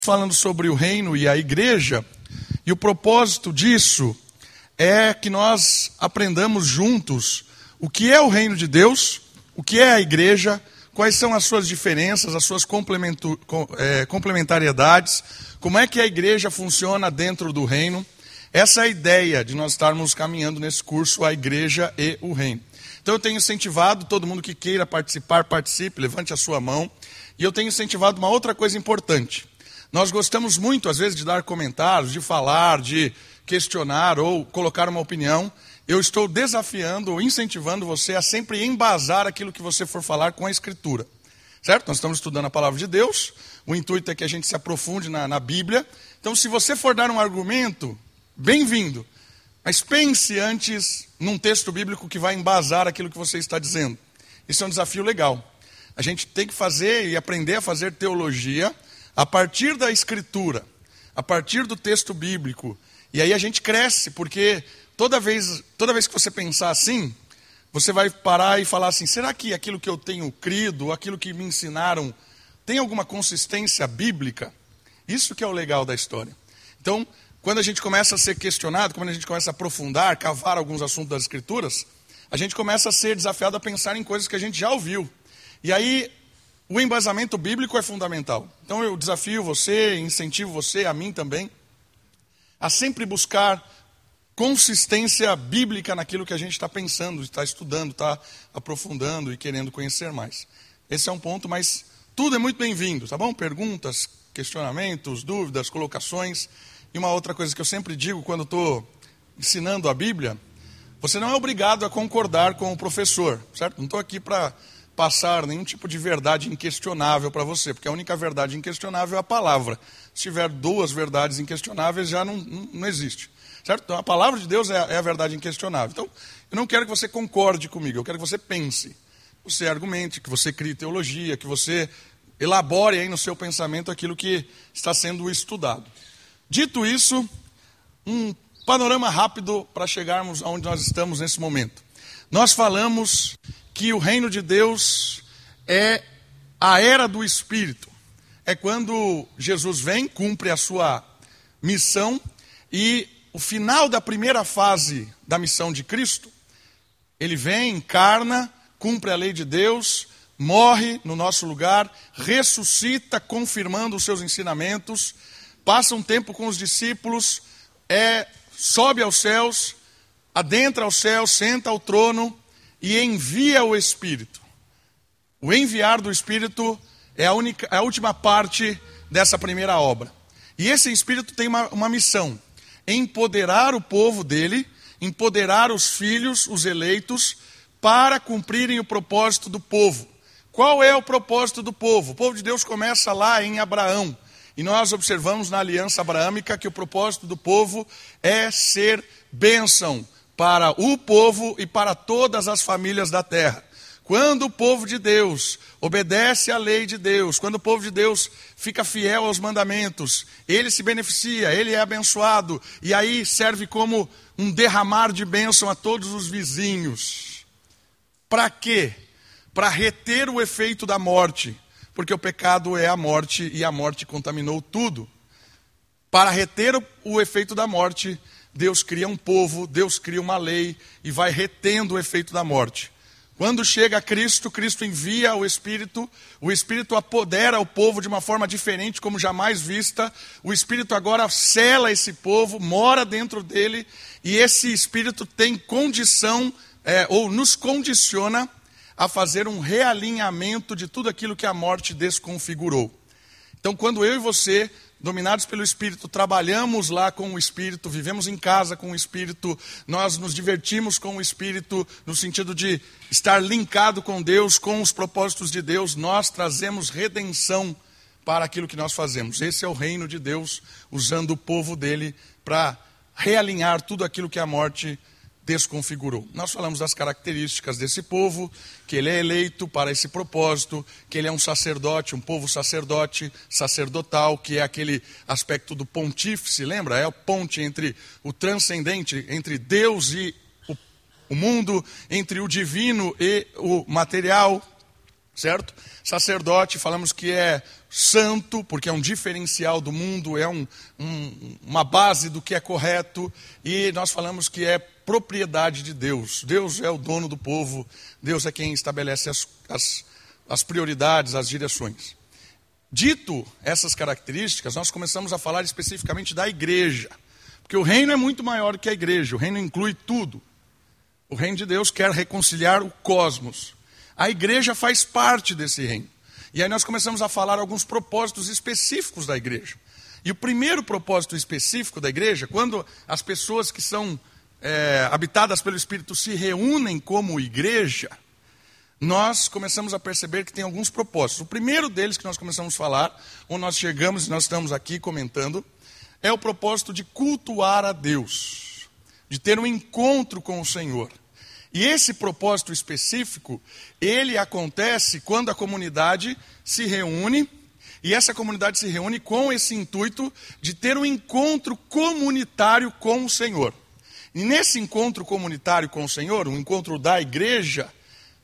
Falando sobre o reino e a igreja, e o propósito disso é que nós aprendamos juntos o que é o reino de Deus, o que é a igreja, quais são as suas diferenças, as suas complementariedades, como é que a igreja funciona dentro do reino. Essa é a ideia de nós estarmos caminhando nesse curso, a igreja e o reino. Então eu tenho incentivado, todo mundo que queira participar, participe, levante a sua mão. E eu tenho incentivado uma outra coisa importante. Nós gostamos muito, às vezes, de dar comentários, de falar, de questionar ou colocar uma opinião. Eu estou desafiando ou incentivando você a sempre embasar aquilo que você for falar com a Escritura. Certo? Nós estamos estudando a Palavra de Deus. O intuito é que a gente se aprofunde na Bíblia. Então, se você for dar um argumento, bem-vindo. Mas pense antes num texto bíblico que vai embasar aquilo que você está dizendo. Isso é um desafio legal. A gente tem que fazer e aprender a fazer teologia a partir da Escritura, a partir do texto bíblico. E aí a gente cresce, porque toda vez que você pensar assim, você vai parar e falar assim, será que aquilo que eu tenho crido, aquilo que me ensinaram, tem alguma consistência bíblica? Isso que é o legal da história. Então, quando a gente começa a ser questionado, quando a gente começa a aprofundar, cavar alguns assuntos das Escrituras, a gente começa a ser desafiado a pensar em coisas que a gente já ouviu. E aí, o embasamento bíblico é fundamental. Então eu desafio você, incentivo você, a mim também, a sempre buscar consistência bíblica naquilo que a gente está pensando, está estudando, está aprofundando e querendo conhecer mais. Esse é um ponto, mas tudo é muito bem-vindo, tá bom? Perguntas, questionamentos, dúvidas, colocações. E uma outra coisa que eu sempre digo quando estou ensinando a Bíblia, você não é obrigado a concordar com o professor, certo? Não estou aqui para passar nenhum tipo de verdade inquestionável para você, porque a única verdade inquestionável é a palavra. Se tiver duas verdades inquestionáveis, já não existe. Certo? Então, a palavra de Deus é a verdade inquestionável. Então, eu não quero que você concorde comigo, eu quero que você pense, que você argumente, que você crie teologia, que você elabore aí no seu pensamento aquilo que está sendo estudado. Dito isso, um panorama rápido para chegarmos aonde nós estamos nesse momento. Nós falamos que o reino de Deus é a era do Espírito. É quando Jesus vem, cumpre a sua missão, e o final da primeira fase da missão de Cristo, ele vem, encarna, cumpre a lei de Deus, morre no nosso lugar, ressuscita, confirmando os seus ensinamentos, passa um tempo com os discípulos, sobe aos céus, adentra aos céus, senta ao trono, e envia o Espírito. O enviar do Espírito é a última parte dessa primeira obra. E esse Espírito tem uma missão: empoderar o povo dele, empoderar os filhos, os eleitos, para cumprirem o propósito do povo. Qual é o propósito do povo? O povo de Deus começa lá em Abraão. E nós observamos na aliança abraâmica que o propósito do povo é ser bênção para o povo e para todas as famílias da terra. Quando o povo de Deus obedece à lei de Deus, quando o povo de Deus fica fiel aos mandamentos, ele se beneficia, ele é abençoado, e aí serve como um derramar de bênção a todos os vizinhos. Para quê? Para reter o efeito da morte, porque o pecado é a morte e a morte contaminou tudo. Para reter o efeito da morte, Deus cria um povo, Deus cria uma lei e vai retendo o efeito da morte. Quando chega Cristo, Cristo envia o Espírito apodera o povo de uma forma diferente, como jamais vista. O Espírito agora sela esse povo, mora dentro dele, e esse Espírito tem condição, ou nos condiciona a fazer um realinhamento de tudo aquilo que a morte desconfigurou. Então, quando eu e você, dominados pelo Espírito, trabalhamos lá com o Espírito, vivemos em casa com o Espírito, nós nos divertimos com o Espírito, no sentido de estar linkado com Deus, com os propósitos de Deus, nós trazemos redenção para aquilo que nós fazemos. Esse é o reino de Deus, usando o povo dele para realinhar tudo aquilo que a morte desconfigurou. Nós falamos das características desse povo, que ele é eleito para esse propósito, que ele é um sacerdote, um povo sacerdote, sacerdotal, que é aquele aspecto do pontífice, lembra? É a ponte entre o transcendente, entre Deus e o mundo, entre o divino e o material. certo? Sacerdote, falamos que é santo, porque é um diferencial do mundo, é uma base do que é correto, e nós falamos que é propriedade de Deus. Deus é o dono do povo, Deus é quem estabelece as prioridades, as direções. Dito essas características, nós começamos a falar especificamente da igreja, porque o reino é muito maior que a igreja, o reino inclui tudo. O reino de Deus quer reconciliar o cosmos. A igreja faz parte desse reino. E aí nós começamos a falar alguns propósitos específicos da igreja. E o primeiro propósito específico da igreja, quando as pessoas que são habitadas pelo Espírito se reúnem como igreja, nós começamos a perceber que tem alguns propósitos. O primeiro deles que nós começamos a falar, onde nós chegamos e nós estamos aqui comentando, é o propósito de cultuar a Deus, de ter um encontro com o Senhor. E esse propósito específico, ele acontece quando a comunidade se reúne, e essa comunidade se reúne com esse intuito de ter um encontro comunitário com o Senhor. E nesse encontro comunitário com o Senhor, um encontro da igreja,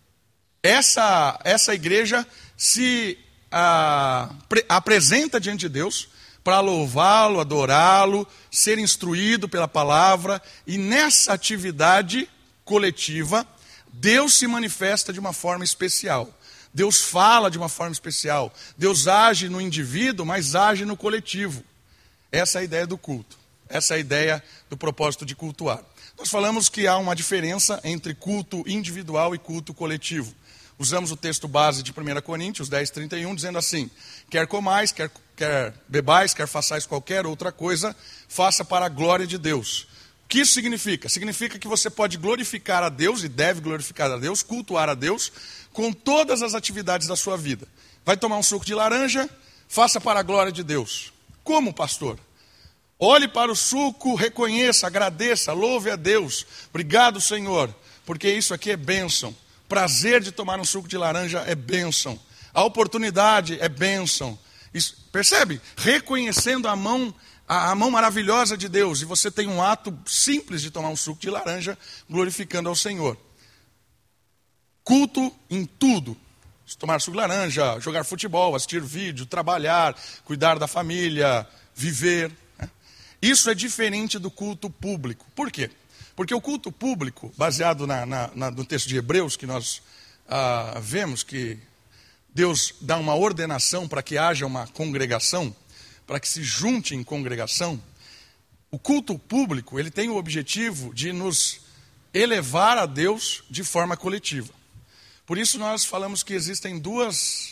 essa igreja se apresenta diante de Deus para louvá-lo, adorá-lo, ser instruído pela palavra, e nessa atividade coletiva, Deus se manifesta de uma forma especial. Deus fala de uma forma especial. Deus age no indivíduo, mas age no coletivo. Essa é a ideia do culto. Essa é a ideia do propósito de cultuar. Nós falamos que há uma diferença entre culto individual e culto coletivo. Usamos o texto base de 1 Coríntios 10:31, dizendo assim: quer comais, quer bebais, quer façais qualquer outra coisa, faça para a glória de Deus. O que isso significa? Significa que você pode glorificar a Deus, e deve glorificar a Deus, cultuar a Deus, com todas as atividades da sua vida. Vai tomar um suco de laranja, faça para a glória de Deus. Como, pastor? Olhe para o suco, reconheça, agradeça, louve a Deus. Obrigado, Senhor, porque isso aqui é bênção. Prazer de tomar um suco de laranja é bênção. A oportunidade é bênção. Isso, percebe? Reconhecendo a mão maravilhosa de Deus. E você tem um ato simples de tomar um suco de laranja, glorificando ao Senhor. Culto em tudo. Tomar suco de laranja, jogar futebol, assistir vídeo, trabalhar, cuidar da família, viver. Isso é diferente do culto público. Por quê? Porque o culto público, baseado no texto de Hebreus, que nós vemos que Deus dá uma ordenação para que haja uma congregação, para que se junte em congregação, o culto público ele tem o objetivo de nos elevar a Deus de forma coletiva. Por isso nós falamos que existem dois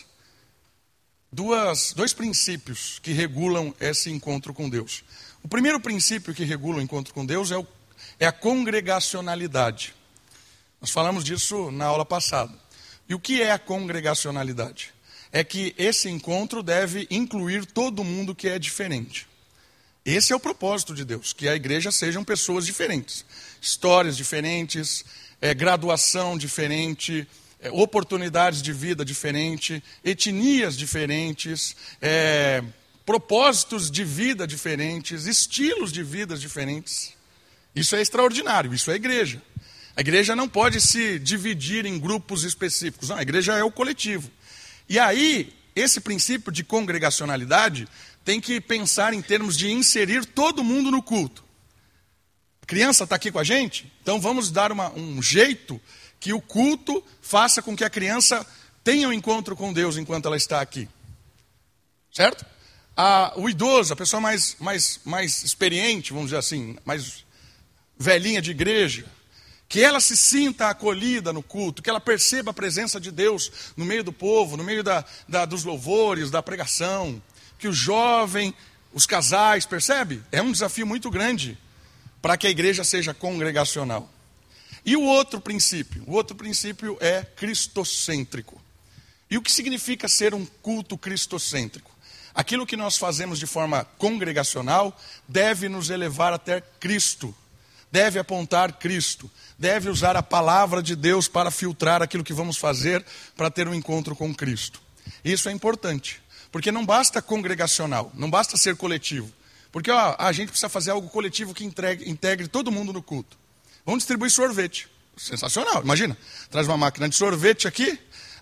princípios que regulam esse encontro com Deus. O primeiro princípio que regula o encontro com Deus é a congregacionalidade. Nós falamos disso na aula passada. E o que é a congregacionalidade? É que esse encontro deve incluir todo mundo que é diferente. Esse é o propósito de Deus, que a igreja sejam pessoas diferentes. Histórias diferentes, graduação diferente, oportunidades de vida diferente, etnias diferentes, propósitos de vida diferentes, estilos de vida diferentes. Isso é extraordinário, isso é igreja. A igreja não pode se dividir em grupos específicos, não, a igreja é o coletivo. E aí, esse princípio de congregacionalidade tem que pensar em termos de inserir todo mundo no culto. A criança está aqui com a gente, então vamos dar um jeito que o culto faça com que a criança tenha um encontro com Deus enquanto ela está aqui. Certo? O idoso, a pessoa mais experiente, vamos dizer assim, mais velhinha de igreja, que ela se sinta acolhida no culto, que ela perceba a presença de Deus no meio do povo, no meio dos louvores, da pregação, que o jovem, os casais, percebe? É um desafio muito grande para que a igreja seja congregacional. E o outro princípio é cristocêntrico. E o que significa ser um culto cristocêntrico? Aquilo que nós fazemos de forma congregacional deve nos elevar até Cristo. Deve apontar Cristo, deve usar a palavra de Deus para filtrar aquilo que vamos fazer para ter um encontro com Cristo. Isso é importante, porque não basta congregacional, não basta ser coletivo. Porque a gente precisa fazer algo coletivo que integre todo mundo no culto. Vamos distribuir sorvete. Sensacional, imagina. Traz uma máquina de sorvete aqui,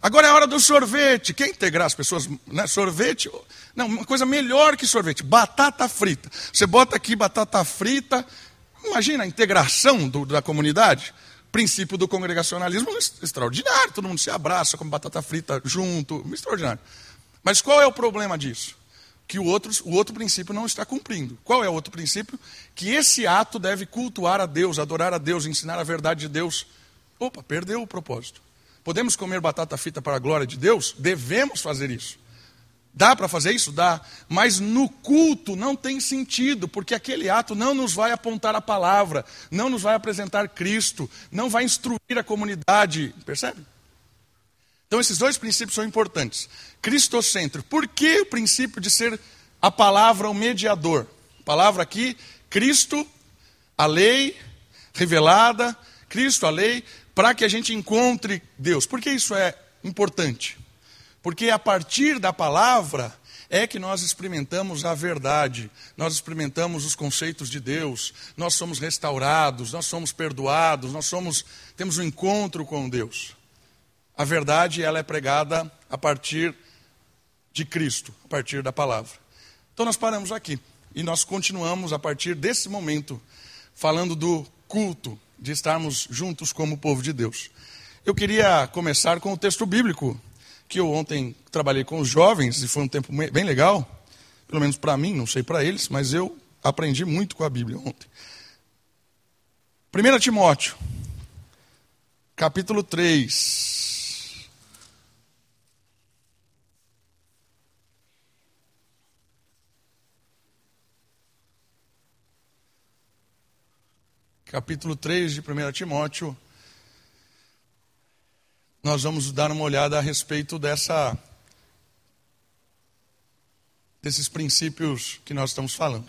Agora é a hora do sorvete. Quer integrar as pessoas, né? Sorvete, não, uma coisa melhor que sorvete, batata frita. Você bota aqui batata frita, imagina a integração da comunidade. Princípio do congregacionalismo extraordinário, todo mundo se abraça com batata frita junto, extraordinário. Mas qual é o problema disso? Que o outro princípio não está cumprindo. Qual é o outro princípio? Que esse ato deve cultuar a Deus, adorar a Deus, ensinar a verdade de Deus. Opa, perdeu o propósito. Podemos comer batata frita para a glória de Deus? Devemos fazer isso. Dá para fazer isso? Dá. Mas no culto não tem sentido, porque aquele ato não nos vai apontar a palavra, não nos vai apresentar Cristo, não vai instruir a comunidade. Percebe? Então esses dois princípios são importantes. Cristocêntrico. Por que o princípio de ser a palavra o mediador? A palavra aqui, Cristo, a lei revelada, Cristo, a lei, para que a gente encontre Deus. Por que isso é importante? Porque a partir da palavra é que nós experimentamos a verdade, nós experimentamos os conceitos de Deus, nós somos restaurados, nós somos perdoados, temos um encontro com Deus. A verdade, ela é pregada a partir de Cristo, a partir da palavra. Então nós paramos aqui e nós continuamos a partir desse momento falando do culto, de estarmos juntos como povo de Deus. Eu queria começar com o texto bíblico, que eu ontem trabalhei com os jovens e foi um tempo bem legal, pelo menos para mim, não sei para eles, mas eu aprendi muito com a Bíblia ontem. 1 Timóteo, capítulo 3. Capítulo 3 de 1 Timóteo, nós vamos dar uma olhada a respeito desses princípios que nós estamos falando.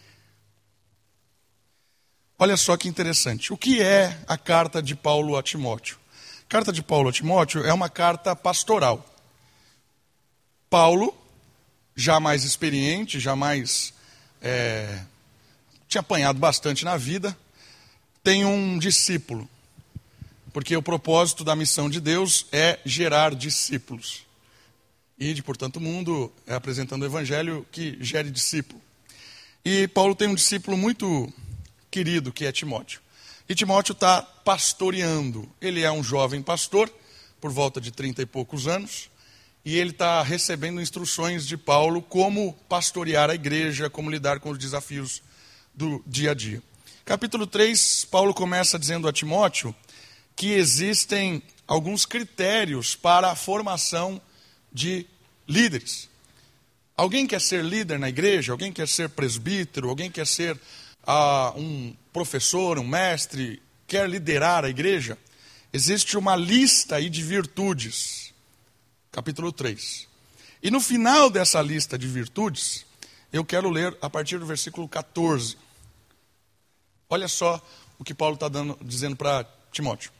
Olha só que interessante. O que é a carta de Paulo a Timóteo? A carta de Paulo a Timóteo é uma carta pastoral. Paulo, já mais experiente, tinha apanhado bastante na vida, tem um discípulo, porque o propósito da missão de Deus é gerar discípulos. Ide por tanto mundo, apresentando o evangelho que gere discípulo. E Paulo tem um discípulo muito querido, que é Timóteo. E Timóteo está pastoreando. Ele é um jovem pastor, por volta de 30 e poucos anos, e ele está recebendo instruções de Paulo como pastorear a igreja, como lidar com os desafios do dia a dia. Capítulo 3, Paulo começa dizendo a Timóteo que existem alguns critérios para a formação de líderes. Alguém quer ser líder na igreja? Alguém quer ser presbítero? Alguém quer ser um professor, um mestre? Quer liderar a igreja? Existe uma lista aí de virtudes. Capítulo 3. E no final dessa lista de virtudes, eu quero ler a partir do versículo 14. Olha só o que Paulo está dizendo para Timóteo.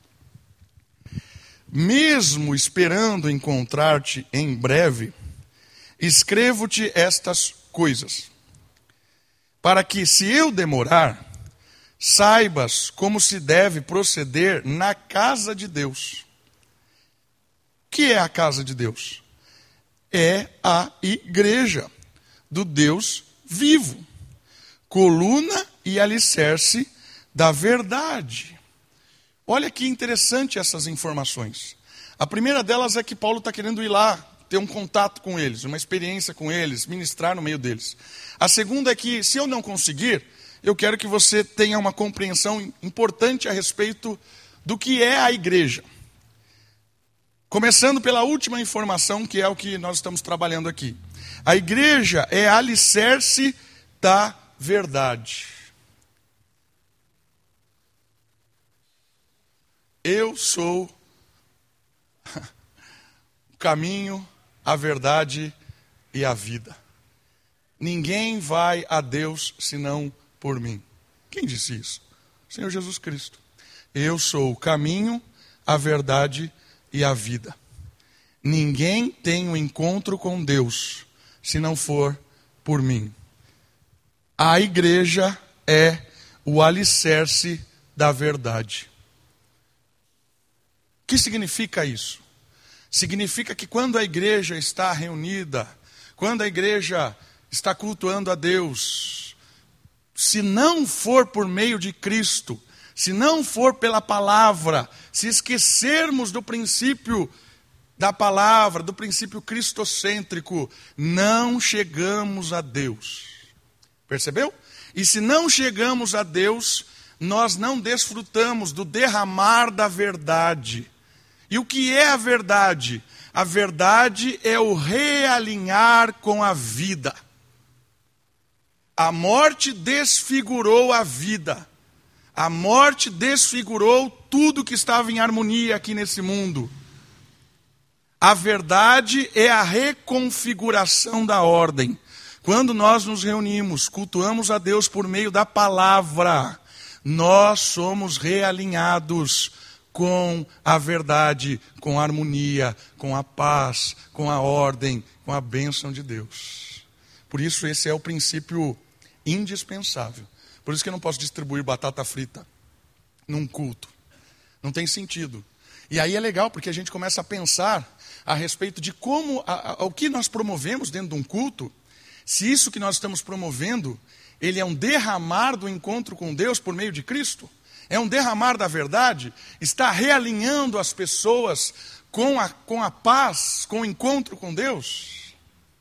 Mesmo esperando encontrar-te em breve, escrevo-te estas coisas, para que, se eu demorar, saibas como se deve proceder na casa de Deus. O que é a casa de Deus? É a igreja do Deus vivo, coluna e alicerce da verdade. Olha que interessante essas informações. A primeira delas é que Paulo está querendo ir lá, ter um contato com eles, uma experiência com eles, ministrar no meio deles. A segunda é que, se eu não conseguir, eu quero que você tenha uma compreensão importante a respeito do que é a igreja. Começando pela última informação, que é o que nós estamos trabalhando aqui. A igreja é alicerce da verdade. Eu sou o caminho, a verdade e a vida. Ninguém vai a Deus senão por mim. Quem disse isso? Senhor Jesus Cristo. Eu sou o caminho, a verdade e a vida. Ninguém tem um encontro com Deus se não for por mim. A igreja é o alicerce da verdade. O que significa isso? Significa que quando a igreja está reunida, quando a igreja está cultuando a Deus, se não for por meio de Cristo, se não for pela palavra, se esquecermos do princípio da palavra, do princípio cristocêntrico, não chegamos a Deus. Percebeu? E se não chegamos a Deus, nós não desfrutamos do derramar da verdade. E o que é a verdade? A verdade é o realinhar com a vida. A morte desfigurou a vida. A morte desfigurou tudo que estava em harmonia aqui nesse mundo. A verdade é a reconfiguração da ordem. Quando nós nos reunimos, cultuamos a Deus por meio da palavra, nós somos realinhados com a verdade, com a harmonia, com a paz, com a ordem, com a bênção de Deus. Por isso esse é o princípio indispensável. Por isso que eu não posso distribuir batata frita num culto. Não tem sentido. E aí é legal, porque a gente começa a pensar a respeito de como, o que nós promovemos dentro de um culto, se isso que nós estamos promovendo, ele é um derramar do encontro com Deus por meio de Cristo, é um derramar da verdade, está realinhando as pessoas com a paz, com o encontro com Deus.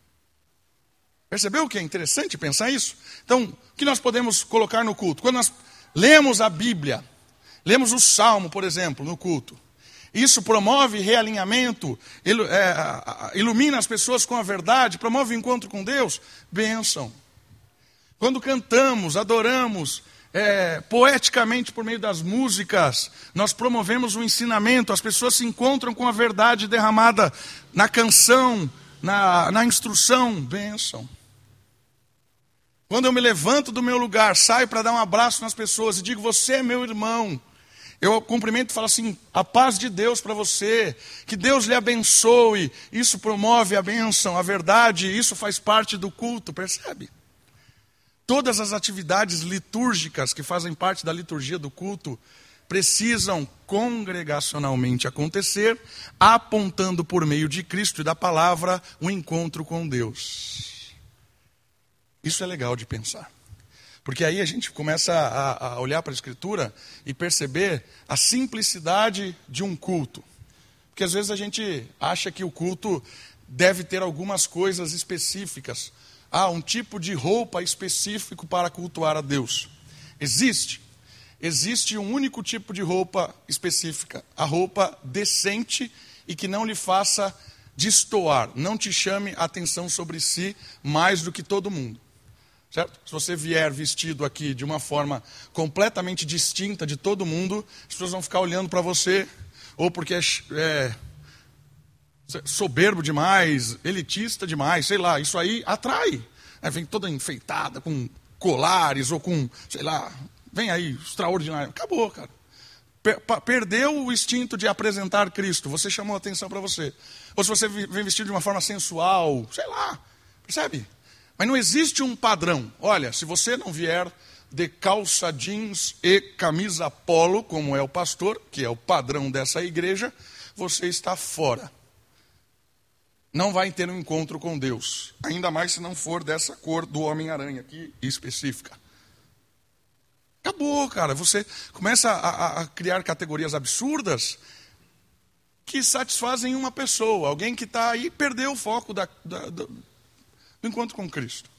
Percebeu que é interessante pensar isso? Então, o que nós podemos colocar no culto? Quando nós lemos a Bíblia, lemos o Salmo, por exemplo, no culto, isso promove realinhamento, ilumina as pessoas com a verdade, promove o encontro com Deus, bênção. Quando cantamos, adoramos, poeticamente por meio das músicas, nós promovemos o ensinamento, as pessoas se encontram com a verdade derramada na canção, na instrução, bênção. Quando eu me levanto do meu lugar, saio para dar um abraço nas pessoas e digo, você é meu irmão, eu cumprimento e falo assim, a paz de Deus para você, que Deus lhe abençoe, isso promove a bênção, a verdade, isso faz parte do culto, percebe? Todas as atividades litúrgicas que fazem parte da liturgia do culto precisam congregacionalmente acontecer, apontando por meio de Cristo e da palavra o encontro com Deus. Isso é legal de pensar. Porque aí a gente começa a olhar para a Escritura e perceber a simplicidade de um culto. Porque às vezes a gente acha que o culto deve ter algumas coisas específicas. Um tipo de roupa específico para cultuar a Deus. Existe um único tipo de roupa específica. A roupa decente e que não lhe faça destoar. Não te chame a atenção sobre si mais do que todo mundo. Certo? Se você vier vestido aqui de uma forma completamente distinta de todo mundo, as pessoas vão ficar olhando para você, ou porque é soberbo demais, elitista demais, sei lá, isso aí atrai. Vem toda enfeitada, com colares, ou com, sei lá, vem aí, extraordinário. Acabou, cara. Perdeu o instinto de apresentar Cristo, você chamou a atenção para você. Ou se você vem vestido de uma forma sensual, sei lá, percebe? Mas não existe um padrão. Olha, se você não vier de calça jeans e camisa polo, como é o pastor, que é o padrão dessa igreja, você está fora. Não vai ter um encontro com Deus. Ainda mais se não for dessa cor do Homem-Aranha aqui, específica. Acabou, cara. Você começa a criar categorias absurdas que satisfazem uma pessoa. Alguém que está aí perdeu o foco do encontro com Cristo.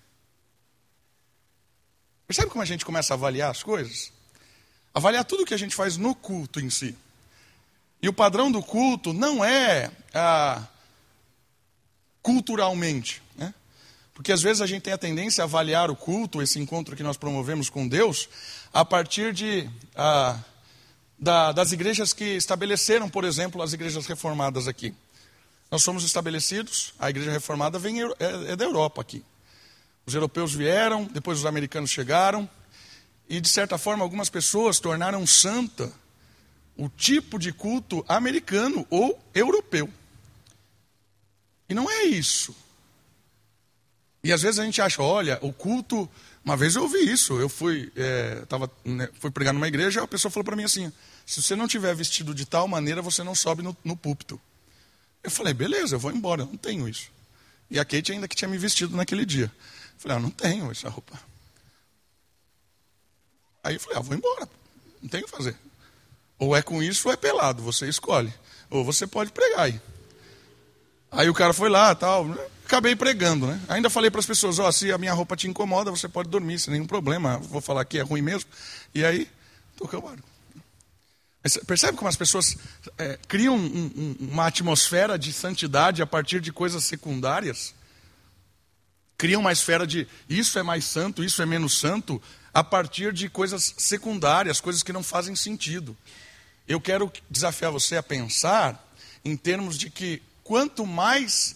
Percebe como a gente começa a avaliar as coisas? Avaliar tudo que a gente faz no culto em si. E o padrão do culto não é culturalmente, né? Porque às vezes a gente tem a tendência a avaliar o culto, esse encontro que nós promovemos com Deus, a partir das igrejas que estabeleceram, por exemplo, as igrejas reformadas aqui. Nós somos estabelecidos, a igreja reformada é da Europa aqui. Os europeus vieram, depois os americanos chegaram, e de certa forma algumas pessoas tornaram santa o tipo de culto americano ou europeu. E não é isso. E às vezes a gente acha, olha, o culto... Uma vez eu ouvi isso, eu fui pregar numa igreja, a pessoa falou para mim assim, se você não estiver vestido de tal maneira, você não sobe no púlpito. Eu falei, beleza, eu vou embora, eu não tenho isso. E a Kate ainda que tinha me vestido naquele dia. Eu falei, não tenho essa roupa. Aí eu falei, vou embora, não tenho o que fazer. Ou é com isso ou é pelado, você escolhe. Ou você pode pregar aí. Aí o cara foi lá, tal, acabei pregando, né? Ainda falei para as pessoas, se a minha roupa te incomoda, você pode dormir, sem nenhum problema. Vou falar que é ruim mesmo. E aí, toquei o barco. Percebe como as pessoas criam uma atmosfera de santidade a partir de coisas secundárias? Criam uma esfera de isso é mais santo, isso é menos santo, a partir de coisas secundárias, coisas que não fazem sentido. Eu quero desafiar você a pensar em termos de que quanto mais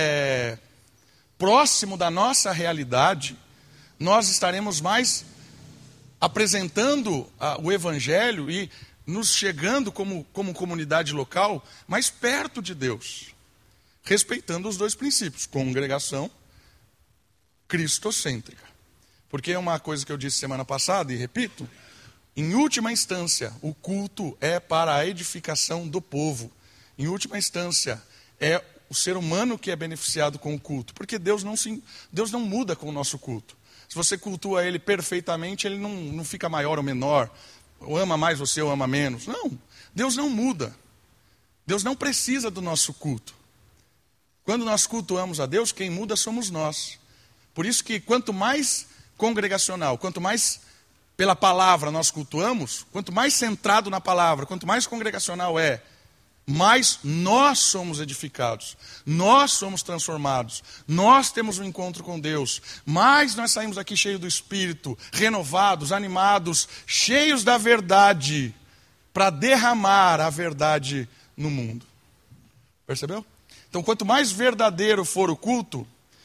próximo da nossa realidade, nós estaremos mais apresentando o Evangelho e nos chegando como comunidade local mais perto de Deus, respeitando os dois princípios, congregação cristocêntrica. Porque é uma coisa que eu disse semana passada e repito, em última instância, o culto é para a edificação do povo. Em última instância, é o ser humano que é beneficiado com o culto, porque Deus não muda com o nosso culto. Se você cultua Ele perfeitamente, Ele não fica maior ou menor, ou ama mais você ou ama menos. Não, Deus não muda. Deus não precisa do nosso culto. Quando nós cultuamos a Deus, quem muda somos nós. Por isso que quanto mais congregacional, quanto mais pela palavra nós cultuamos, quanto mais centrado na palavra, quanto mais congregacional mais nós somos edificados, nós somos transformados, nós temos um encontro com Deus, mais nós saímos daqui cheios do Espírito, renovados, animados, cheios da verdade, para derramar a verdade no mundo. Percebeu? Então, quanto mais verdadeiro for o culto,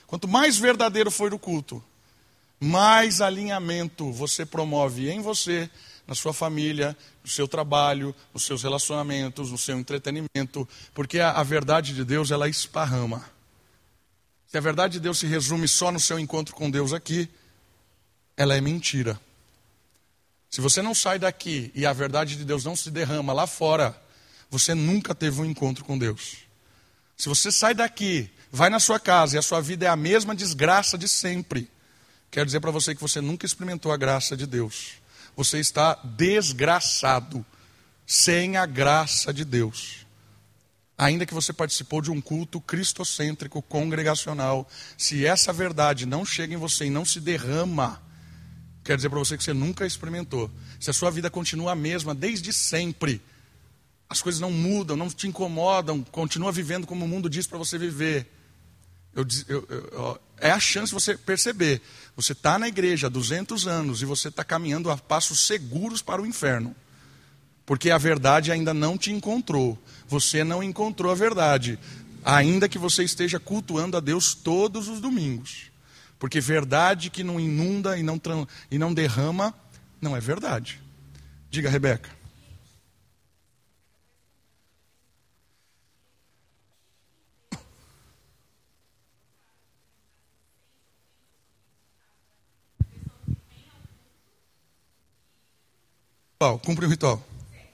mais alinhamento você promove em você, na sua família, no seu trabalho, nos seus relacionamentos, no seu entretenimento, porque a verdade de Deus, ela esparrama. Se a verdade de Deus se resume só no seu encontro com Deus aqui, ela é mentira. Se você não sai daqui e a verdade de Deus não se derrama lá fora, você nunca teve um encontro com Deus. Se você sai daqui, vai na sua casa e a sua vida é a mesma desgraça de sempre, quero dizer para você que você nunca experimentou a graça de Deus. Você está desgraçado, sem a graça de Deus. Ainda que você participou de um culto cristocêntrico, congregacional, se essa verdade não chega em você e não se derrama, quero dizer para você que você nunca experimentou. Se a sua vida continua a mesma desde sempre, as coisas não mudam, não te incomodam, continua vivendo como o mundo diz para você viver. É a chance de você perceber. Você está na igreja há 200 anos e você está caminhando a passos seguros para o inferno. Porque a verdade ainda não te encontrou. Você não encontrou a verdade. Ainda que você esteja cultuando a Deus todos os domingos. Porque verdade que não inunda e não derrama, não é verdade. Diga, Rebeca. Cumpre o ritual.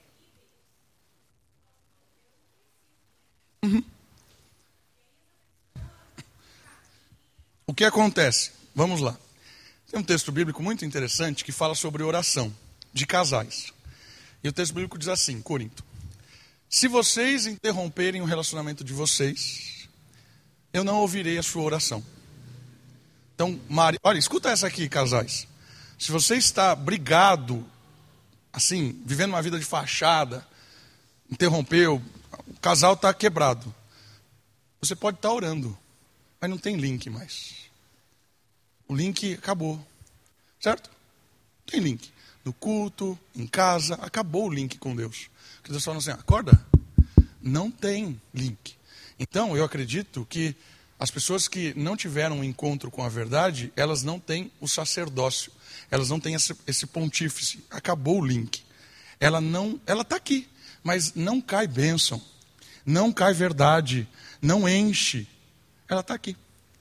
O que acontece? Vamos lá. Tem um texto bíblico muito interessante que fala sobre oração de casais. E o texto bíblico diz assim, Corinto: se vocês interromperem o relacionamento de vocês, eu não ouvirei a sua oração. Então, olha, escuta essa aqui, casais. Se você está brigado, assim, vivendo uma vida de fachada, interrompeu, o casal está quebrado. Você pode estar orando, mas não tem link mais. O link acabou, certo? Não tem link. No culto, em casa, acabou o link com Deus. Porque Deus fala assim, acorda, não tem link. Então, eu acredito que as pessoas que não tiveram um encontro com a verdade, elas não têm o sacerdócio. Elas não têm esse pontífice. Acabou o link. Ela está aqui, mas não cai bênção. Não cai verdade. Não enche. Ela está aqui.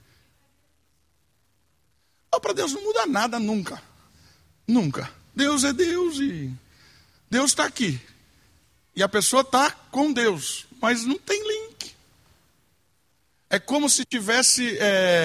Para Deus não muda nada nunca. Nunca. Deus é Deus e Deus está aqui. E a pessoa está com Deus, mas não tem link. É como se tivesse...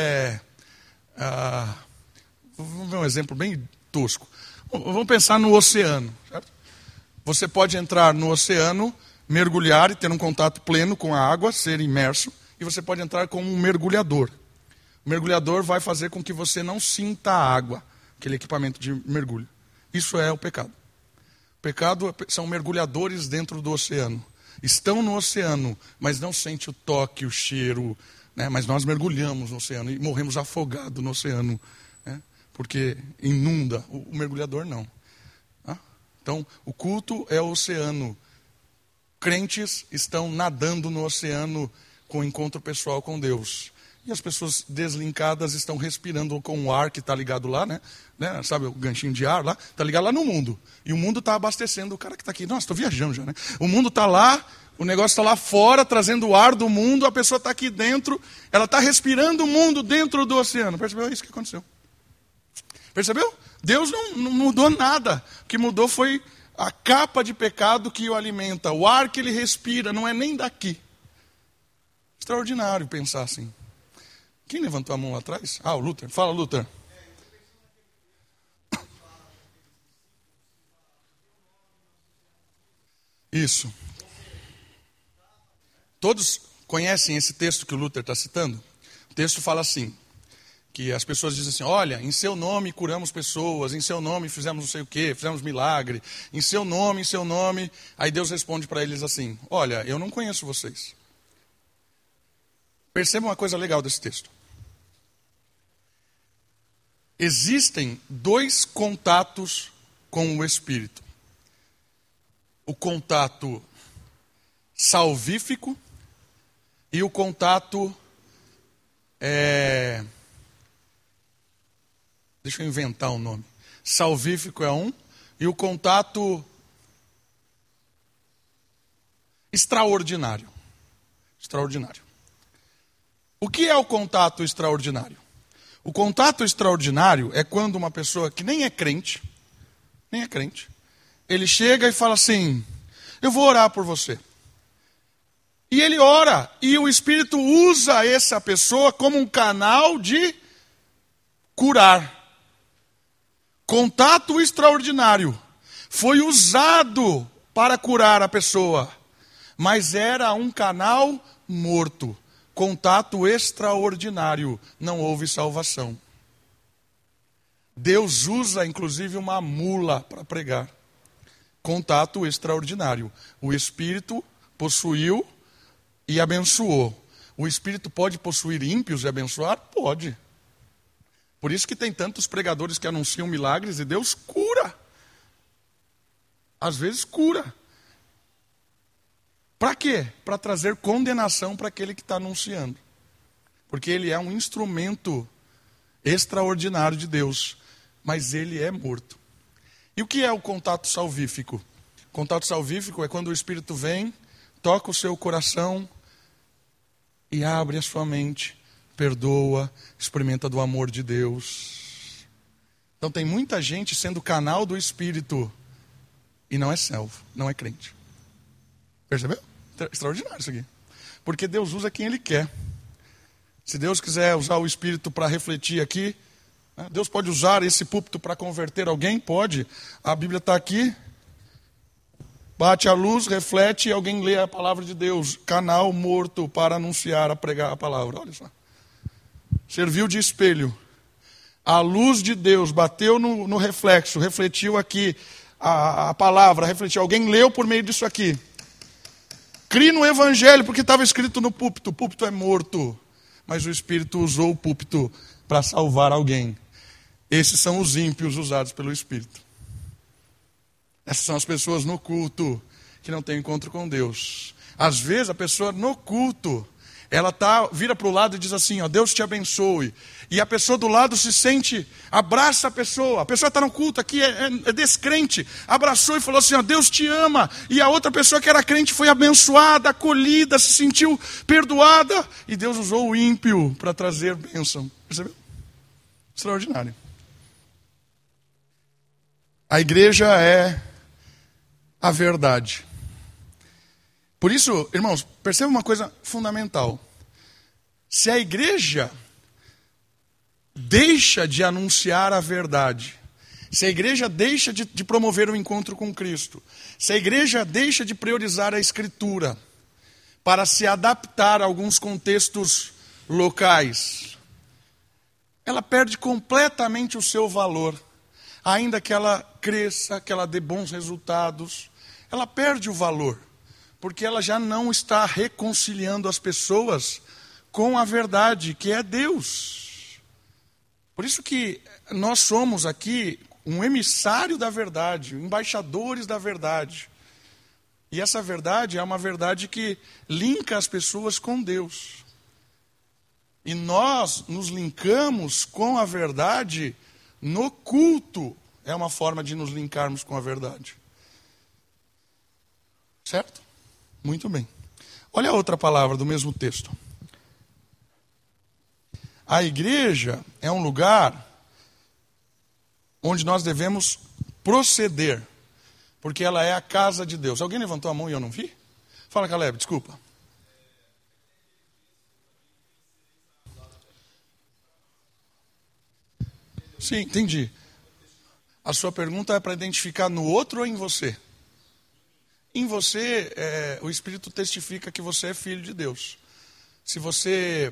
vamos ver um exemplo bem tosco. Vamos pensar no oceano. Certo? Você pode entrar no oceano, mergulhar e ter um contato pleno com a água, ser imerso. E você pode entrar como um mergulhador. O mergulhador vai fazer com que você não sinta a água, aquele equipamento de mergulho. Isso é o pecado. O pecado são mergulhadores dentro do oceano. Estão no oceano, mas não sente o toque, o cheiro, né? Mas nós mergulhamos no oceano e morremos afogados no oceano, né? Porque inunda. O mergulhador não. Tá? Então, o culto é o oceano. Crentes estão nadando no oceano com o encontro pessoal com Deus. E as pessoas deslincadas estão respirando com o ar que está ligado lá, né? Sabe o ganchinho de ar lá? Está ligado lá no mundo. E o mundo está abastecendo o cara que está aqui. Nossa, estou viajando já, né? O mundo está lá, o negócio está lá fora, trazendo o ar do mundo, a pessoa está aqui dentro, ela está respirando o mundo dentro do oceano. Percebeu? É isso que aconteceu. Percebeu? Deus não mudou nada. O que mudou foi a capa de pecado que o alimenta. O ar que ele respira não é nem daqui. Extraordinário pensar assim. Quem levantou a mão lá atrás? O Luther. Fala, Luther. Isso. Todos conhecem esse texto que o Luther está citando? O texto fala assim, que as pessoas dizem assim, olha, em seu nome curamos pessoas, em seu nome fizemos não sei o quê, fizemos milagre, em seu nome. Aí Deus responde para eles assim, olha, eu não conheço vocês. Perceba uma coisa legal desse texto. Existem dois contatos com o Espírito. O contato salvífico e o contato... Deixa eu inventar um nome. Salvífico é um, e o contato extraordinário. Extraordinário. O que é o contato extraordinário? O contato extraordinário é quando uma pessoa que nem é crente, ele chega e fala assim, eu vou orar por você. E ele ora, e o Espírito usa essa pessoa como um canal de curar. Contato extraordinário. Foi usado para curar a pessoa, mas era um canal morto. Contato extraordinário, não houve salvação. Deus usa inclusive uma mula para pregar. Contato extraordinário. O Espírito possuiu e abençoou. O Espírito pode possuir ímpios e abençoar? Pode. Por isso que tem tantos pregadores que anunciam milagres e Deus cura. Às vezes cura. Para quê? Para trazer condenação para aquele que está anunciando. Porque ele é um instrumento extraordinário de Deus. Mas ele é morto. E o que é o contato salvífico? O contato salvífico é quando o Espírito vem, toca o seu coração e abre a sua mente, perdoa, experimenta do amor de Deus. Então tem muita gente sendo canal do Espírito e não é salvo, não é crente. Percebeu? Extraordinário isso aqui. Porque Deus usa quem Ele quer. Se Deus quiser usar o Espírito para refletir aqui, Deus pode usar esse púlpito para converter alguém? Pode. A Bíblia está aqui. Bate a luz, reflete e alguém lê a palavra de Deus. Canal morto para anunciar, a pregar a palavra. Olha só. Serviu de espelho. A luz de Deus bateu no reflexo, refletiu aqui a palavra, refletiu. Alguém leu por meio disso aqui. Crie no Evangelho, porque estava escrito no púlpito. O púlpito é morto. Mas o Espírito usou o púlpito para salvar alguém. Esses são os ímpios usados pelo Espírito. Essas são as pessoas no culto que não têm encontro com Deus. Às vezes a pessoa no culto, ela vira para o lado e diz assim, ó, Deus te abençoe. E a pessoa do lado se sente, abraça a pessoa está no culto aqui, é descrente, abraçou e falou assim, ó, Deus te ama. E a outra pessoa que era crente foi abençoada, acolhida, se sentiu perdoada. E Deus usou o ímpio para trazer bênção. Percebeu? Extraordinário. A igreja é a verdade. Por isso, irmãos, perceba uma coisa fundamental. Se a igreja deixa de anunciar a verdade, se a igreja deixa de promover o encontro com Cristo, se a igreja deixa de priorizar a Escritura para se adaptar a alguns contextos locais, ela perde completamente o seu valor. Ainda que ela cresça, que ela dê bons resultados, ela perde o valor, porque ela já não está reconciliando as pessoas com a verdade, que é Deus. Por isso que nós somos aqui um emissário da verdade, embaixadores da verdade. E essa verdade é uma verdade que linka as pessoas com Deus. E nós nos linkamos com a verdade no culto. É uma forma de nos linkarmos com a verdade. Certo? Muito bem. Olha a outra palavra do mesmo texto. A igreja é um lugar onde nós devemos proceder, porque ela é a casa de Deus. Alguém levantou a mão e eu não vi? Fala, Caleb, desculpa. Sim, entendi. A sua pergunta é para identificar no outro ou em você? Em você, o Espírito testifica que você é filho de Deus. Se você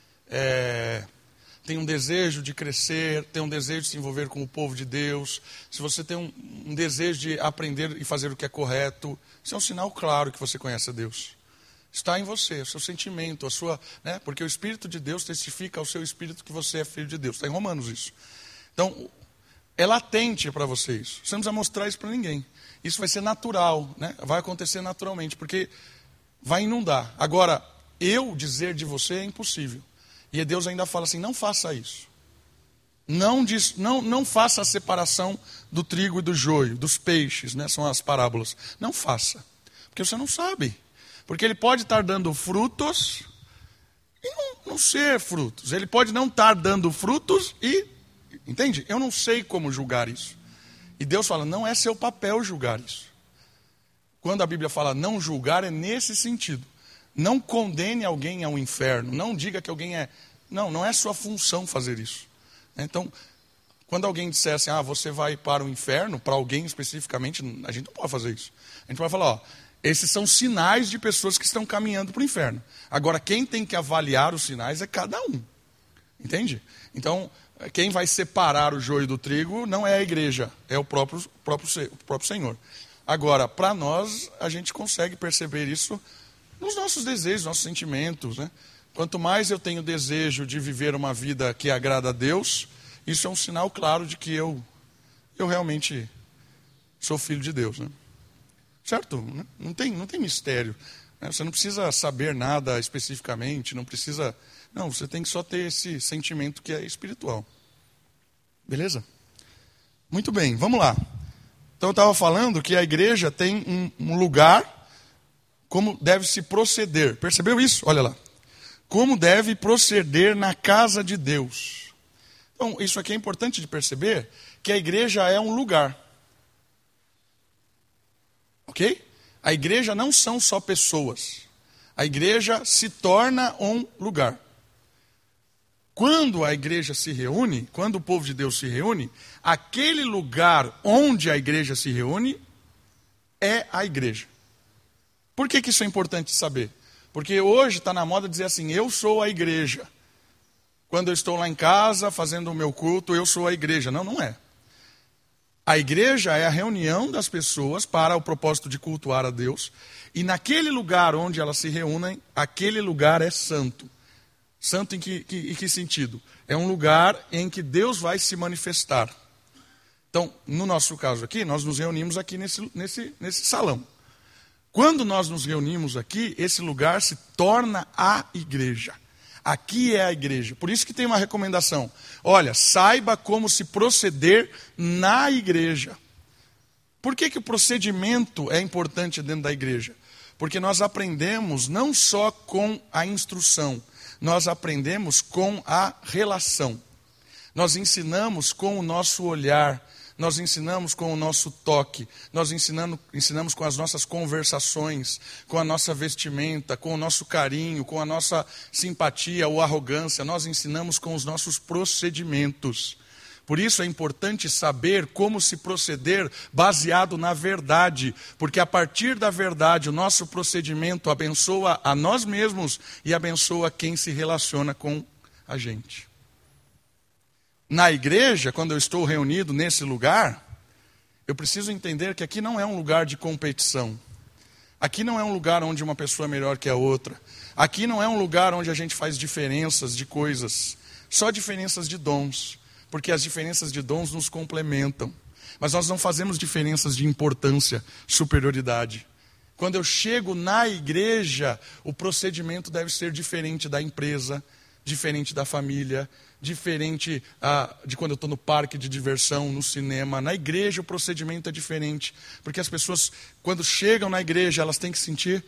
tem um desejo de crescer, tem um desejo de se envolver com o povo de Deus, se você tem um desejo de aprender e fazer o que é correto, isso é um sinal claro que você conhece a Deus. Está em você, o seu sentimento, porque o Espírito de Deus testifica ao seu espírito que você é filho de Deus. Está em Romanos isso. Então, é latente para você isso. Você não precisa mostrar isso para ninguém. Isso vai ser natural, né? Vai acontecer naturalmente, porque vai inundar. Agora, eu dizer de você é impossível. E Deus ainda fala assim, não faça isso. Não faça a separação do trigo e do joio, dos peixes, né? São as parábolas. Não faça, porque você não sabe. Porque ele pode estar dando frutos e não ser frutos. Ele pode não estar dando frutos e... Entende? Eu não sei como julgar isso. E Deus fala, não é seu papel julgar isso. Quando a Bíblia fala não julgar, é nesse sentido. Não condene alguém ao inferno. Não diga que alguém é... Não é sua função fazer isso. Então, quando alguém disser assim, você vai para o inferno, para alguém especificamente, a gente não pode fazer isso. A gente pode falar, esses são sinais de pessoas que estão caminhando para o inferno. Agora, quem tem que avaliar os sinais é cada um. Entende? Então, quem vai separar o joio do trigo não é a igreja, é o próprio Senhor. Agora, para nós, a gente consegue perceber isso nos nossos desejos, nossos sentimentos, né? Quanto mais eu tenho desejo de viver uma vida que agrada a Deus, isso é um sinal claro de que eu realmente sou filho de Deus, né? Certo? Não tem mistério, né? Você não precisa saber nada especificamente, não precisa... Não, você tem que só ter esse sentimento que é espiritual. Beleza? Muito bem, vamos lá. Então eu estava falando que a igreja tem um lugar, como deve se proceder. Percebeu isso? Olha lá. Como deve proceder na casa de Deus. Então, isso aqui é importante de perceber, que a igreja é um lugar. Ok? A igreja não são só pessoas. A igreja se torna um lugar. Quando a igreja se reúne, quando o povo de Deus se reúne, aquele lugar onde a igreja se reúne é a igreja. Por que isso é importante saber? Porque hoje está na moda dizer assim, eu sou a igreja. Quando eu estou lá em casa fazendo o meu culto, eu sou a igreja. Não é. A igreja é a reunião das pessoas para o propósito de cultuar a Deus. E naquele lugar onde elas se reúnem, aquele lugar é santo. Santo em que sentido? É um lugar em que Deus vai se manifestar. Então, no nosso caso aqui, nós nos reunimos aqui nesse salão. Quando nós nos reunimos aqui, esse lugar se torna a igreja. Aqui é a igreja. Por isso que tem uma recomendação. Olha, saiba como se proceder na igreja. Por que o procedimento é importante dentro da igreja? Porque nós aprendemos não só com a instrução, nós aprendemos com a relação. Nós ensinamos com o nosso olhar, nós ensinamos com o nosso toque, nós ensinamos com as nossas conversações, com a nossa vestimenta, com o nosso carinho, com a nossa simpatia ou arrogância, nós ensinamos com os nossos procedimentos. Por isso é importante saber como se proceder baseado na verdade, porque a partir da verdade o nosso procedimento abençoa a nós mesmos e abençoa quem se relaciona com a gente. Na igreja, quando eu estou reunido nesse lugar, eu preciso entender que aqui não é um lugar de competição. Aqui não é um lugar onde uma pessoa é melhor que a outra. Aqui não é um lugar onde a gente faz diferenças de coisas, só diferenças de dons. Porque as diferenças de dons nos complementam. Mas nós não fazemos diferenças de importância, superioridade. Quando eu chego na igreja, o procedimento deve ser diferente da empresa, diferente da família, diferente de quando eu estou no parque de diversão, no cinema. Na igreja o procedimento é diferente. Porque as pessoas, quando chegam na igreja, elas têm que sentir...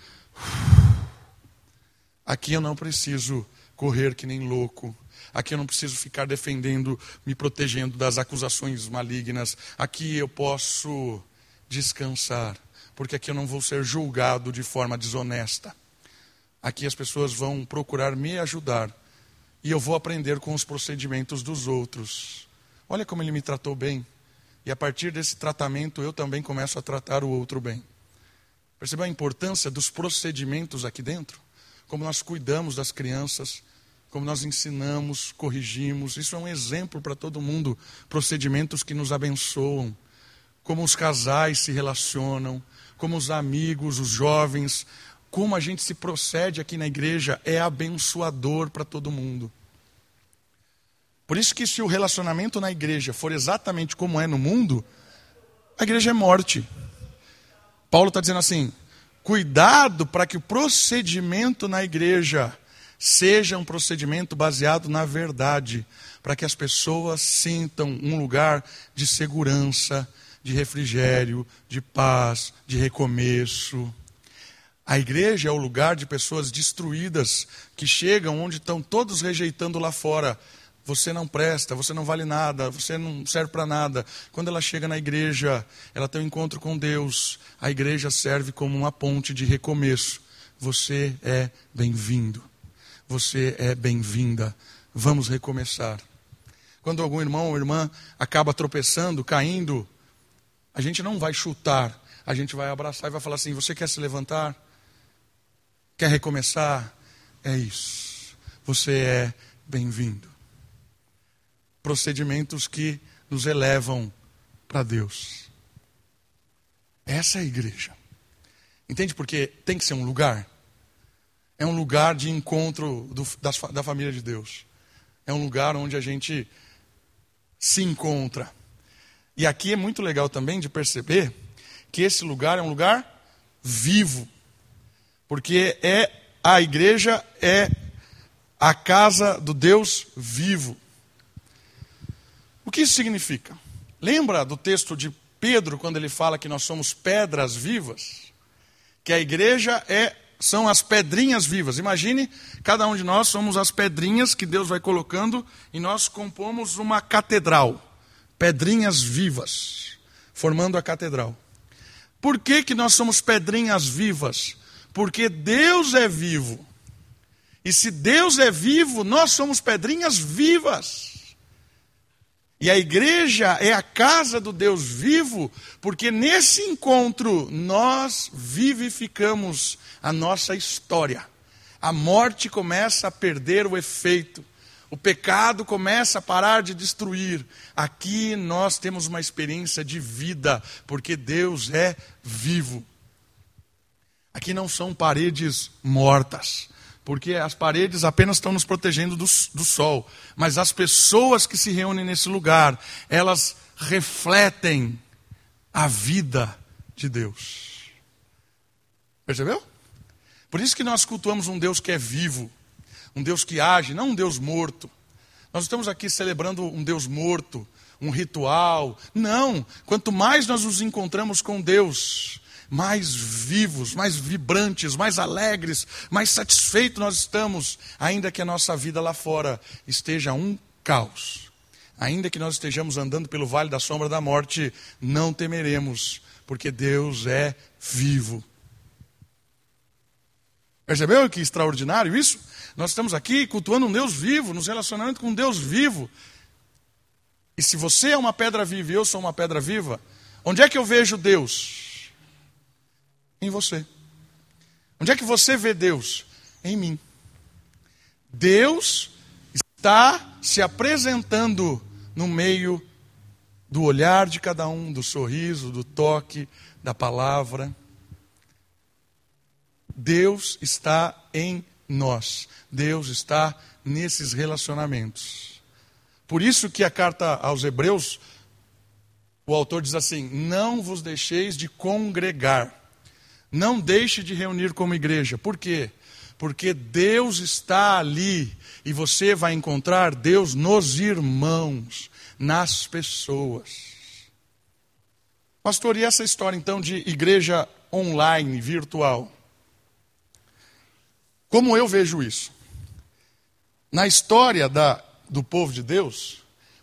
Aqui eu não preciso correr que nem louco. Aqui eu não preciso ficar defendendo, me protegendo das acusações malignas. Aqui eu posso descansar, porque aqui eu não vou ser julgado de forma desonesta. Aqui as pessoas vão procurar me ajudar e eu vou aprender com os procedimentos dos outros. Olha como ele me tratou bem. E a partir desse tratamento eu também começo a tratar o outro bem. Percebeu a importância dos procedimentos aqui dentro? Como nós cuidamos das crianças, como nós ensinamos, corrigimos. Isso é um exemplo para todo mundo. Procedimentos que nos abençoam. Como os casais se relacionam, como os amigos, os jovens. Como a gente se procede aqui na igreja é abençoador para todo mundo. Por isso que se o relacionamento na igreja for exatamente como é no mundo, a igreja é morte. Paulo está dizendo assim, cuidado para que o procedimento na igreja seja um procedimento baseado na verdade, para que as pessoas sintam um lugar de segurança, de refrigério, de paz, de recomeço. A igreja é o lugar de pessoas destruídas, que chegam onde estão todos rejeitando lá fora. Você não presta, você não vale nada, você não serve para nada. Quando ela chega na igreja, ela tem um encontro com Deus. A igreja serve como uma ponte de recomeço. Você é bem-vindo. Você é bem-vinda. Vamos recomeçar. Quando algum irmão ou irmã acaba tropeçando, caindo, a gente não vai chutar. A gente vai abraçar e vai falar assim, você quer se levantar? Quer recomeçar? É isso. Você é bem-vindo. Procedimentos que nos elevam para Deus. Essa é a igreja. Entende porque tem que ser um lugar? É um lugar de encontro da família de Deus. É um lugar onde a gente se encontra. E aqui é muito legal também de perceber que esse lugar é um lugar vivo. Porque a igreja é a casa do Deus vivo. O que isso significa? Lembra do texto de Pedro, quando ele fala que nós somos pedras vivas? Que a igreja são as pedrinhas vivas. Imagine, cada um de nós somos as pedrinhas que Deus vai colocando e nós compomos uma catedral. Pedrinhas vivas, formando a catedral. Por que nós somos pedrinhas vivas? Porque Deus é vivo. E se Deus é vivo, nós somos pedrinhas vivas. E a igreja é a casa do Deus vivo, porque nesse encontro nós vivificamos a nossa história. A morte começa a perder o efeito. O pecado começa a parar de destruir. Aqui nós temos uma experiência de vida, porque Deus é vivo. Aqui não são paredes mortas, porque as paredes apenas estão nos protegendo do sol. Mas as pessoas que se reúnem nesse lugar, elas refletem a vida de Deus. Percebeu? Por isso que nós cultuamos um Deus que é vivo, um Deus que age, não um Deus morto. Nós estamos aqui celebrando um Deus morto, um ritual. Não, quanto mais nós nos encontramos com Deus, mais vivos, mais vibrantes, mais alegres, mais satisfeitos nós estamos, ainda que a nossa vida lá fora esteja um caos. Ainda que nós estejamos andando pelo vale da sombra da morte, não temeremos, porque Deus é vivo. Percebeu que extraordinário isso? Nós estamos aqui cultuando um Deus vivo, nos relacionando com um Deus vivo. E se você é uma pedra viva e eu sou uma pedra viva, onde é que eu vejo Deus? Em você. Onde é que você vê Deus? Em mim. Deus está se apresentando no meio do olhar de cada um, do sorriso, do toque, da palavra. Deus está em nós. Deus está nesses relacionamentos. Por isso que a carta aos Hebreus, o autor diz assim: não vos deixeis de congregar. Não deixe de reunir como igreja. Por quê? Porque Deus está ali e você vai encontrar Deus nos irmãos, nas pessoas. Pastor, e essa história então de igreja online, virtual? Como eu vejo isso? Na história do povo de Deus,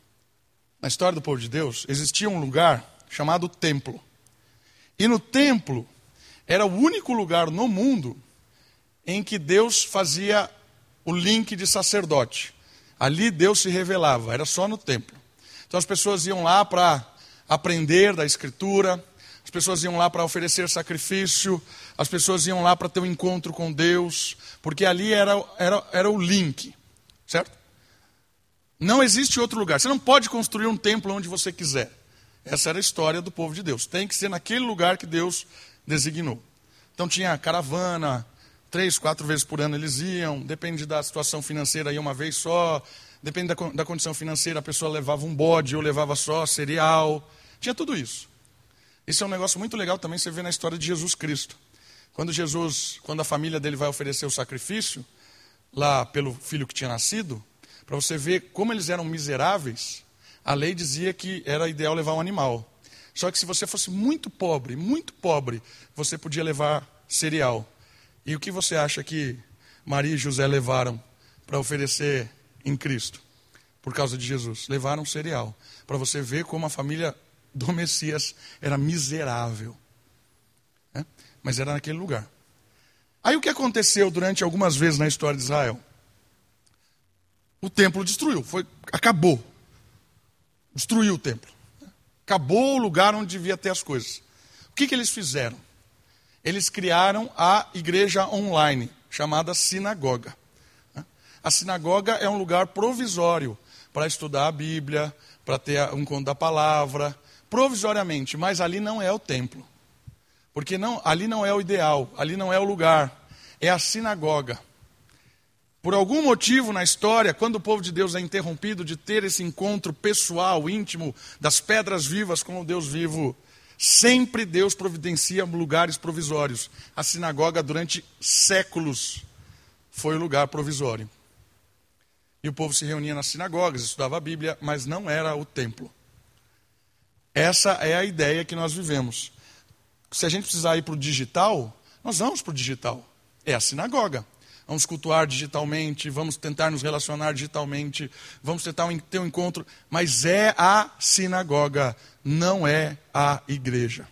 existia um lugar chamado templo. E no templo era o único lugar no mundo em que Deus fazia o link de sacerdote. Ali Deus se revelava, era só no templo. Então as pessoas iam lá para aprender da Escritura, as pessoas iam lá para oferecer sacrifício, as pessoas iam lá para ter um encontro com Deus, porque ali era o link, certo? Não existe outro lugar. Você não pode construir um templo onde você quiser. Essa era a história do povo de Deus. Tem que ser naquele lugar que Deus designou. Então tinha caravana, 3, 4 vezes por ano eles iam, depende da situação financeira, ia uma vez só, depende da condição financeira, a pessoa levava um bode ou levava só cereal, tinha tudo isso. Isso é um negócio muito legal também, você vê na história de Jesus Cristo. Quando a família dele vai oferecer o sacrifício, lá pelo filho que tinha nascido, para você ver como eles eram miseráveis, a lei dizia que era ideal levar um animal. Só que se você fosse muito pobre, você podia levar cereal. E o que você acha que Maria e José levaram para oferecer em Cristo? Por causa de Jesus. Levaram cereal. Para você ver como a família do Messias era miserável. Mas era naquele lugar. Aí o que aconteceu durante algumas vezes na história de Israel? O templo destruiu, acabou. Destruiu o templo. Acabou o lugar onde devia ter as coisas. O que eles fizeram? Eles criaram a igreja online, chamada sinagoga. A sinagoga é um lugar provisório para estudar a Bíblia, para ter um encontro da palavra, provisoriamente, mas ali não é o templo. Porque ali não é o ideal, ali não é o lugar, é a sinagoga. Por algum motivo na história, quando o povo de Deus é interrompido de ter esse encontro pessoal, íntimo, das pedras vivas com o Deus vivo, sempre Deus providencia lugares provisórios. A sinagoga, durante séculos, foi o lugar provisório. E o povo se reunia nas sinagogas, estudava a Bíblia, mas não era o templo. Essa é a ideia que nós vivemos. Se a gente precisar ir para o digital, nós vamos para o digital. É a sinagoga. Vamos cultuar digitalmente, vamos tentar nos relacionar digitalmente, vamos tentar ter um encontro, mas é a sinagoga, não é a igreja.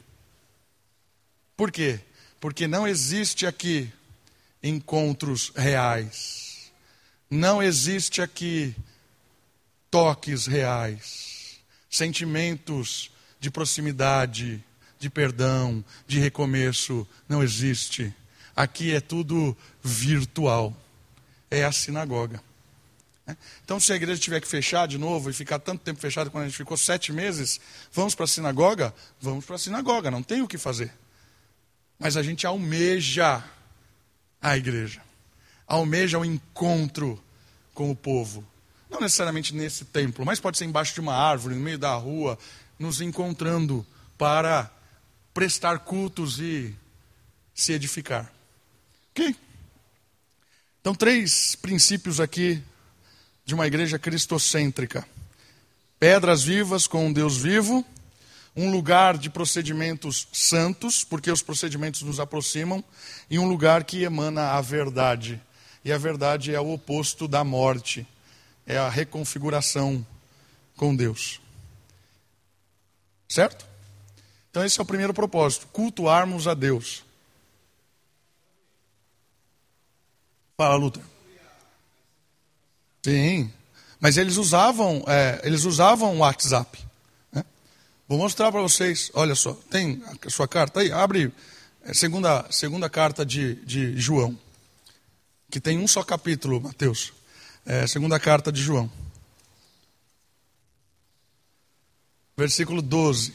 Por quê? Porque não existe aqui encontros reais, não existe aqui toques reais, sentimentos de proximidade, de perdão, de recomeço, não existe. Aqui é tudo virtual. É a sinagoga. Então, se a igreja tiver que fechar de novo e ficar tanto tempo fechada quando a gente ficou 7 meses, vamos para a sinagoga? Vamos para a sinagoga, não tem o que fazer. Mas a gente almeja a igreja. Almeja o encontro com o povo. Não necessariamente nesse templo, mas pode ser embaixo de uma árvore, no meio da rua, nos encontrando para prestar cultos e se edificar. Ok? Então, 3 princípios aqui de uma igreja cristocêntrica. Pedras vivas com um Deus vivo, um lugar de procedimentos santos, porque os procedimentos nos aproximam, e um lugar que emana a verdade. E a verdade é o oposto da morte, é a reconfiguração com Deus. Certo? Então esse é o primeiro propósito, cultuarmos a Deus. Fala, Luther. Sim, mas eles usavam o WhatsApp. Né? Vou mostrar para vocês, olha só, tem a sua carta aí, abre segunda carta de João, que tem um só capítulo, Mateus. Segunda carta de João. Versículo 12.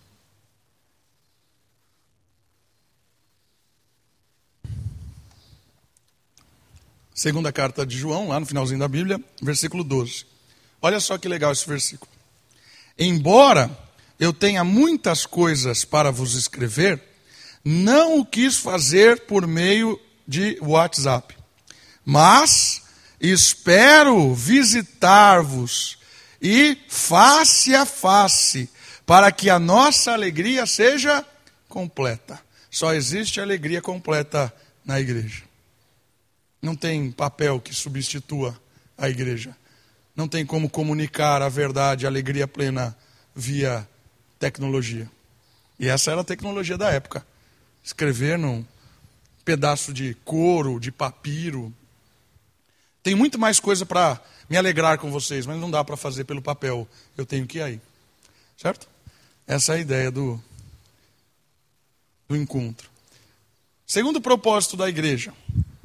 Segunda carta de João, lá no finalzinho da Bíblia, versículo 12. Olha só que legal esse versículo. Embora eu tenha muitas coisas para vos escrever, não o quis fazer por meio de WhatsApp, mas espero visitar-vos e face a face, para que a nossa alegria seja completa. Só existe alegria completa na igreja. Não tem papel que substitua a igreja. Não tem como comunicar a verdade, a alegria plena via tecnologia. E essa era a tecnologia da época. Escrever num pedaço de couro, de papiro. Tem muito mais coisa para me alegrar com vocês, mas não dá para fazer pelo papel. Eu tenho que ir aí. Certo? Essa é a ideia do encontro. Segundo propósito da igreja.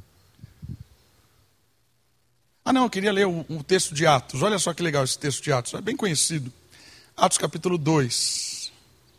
Eu queria ler o texto de Atos. Olha só que legal esse texto de Atos. É bem conhecido. Atos capítulo 2.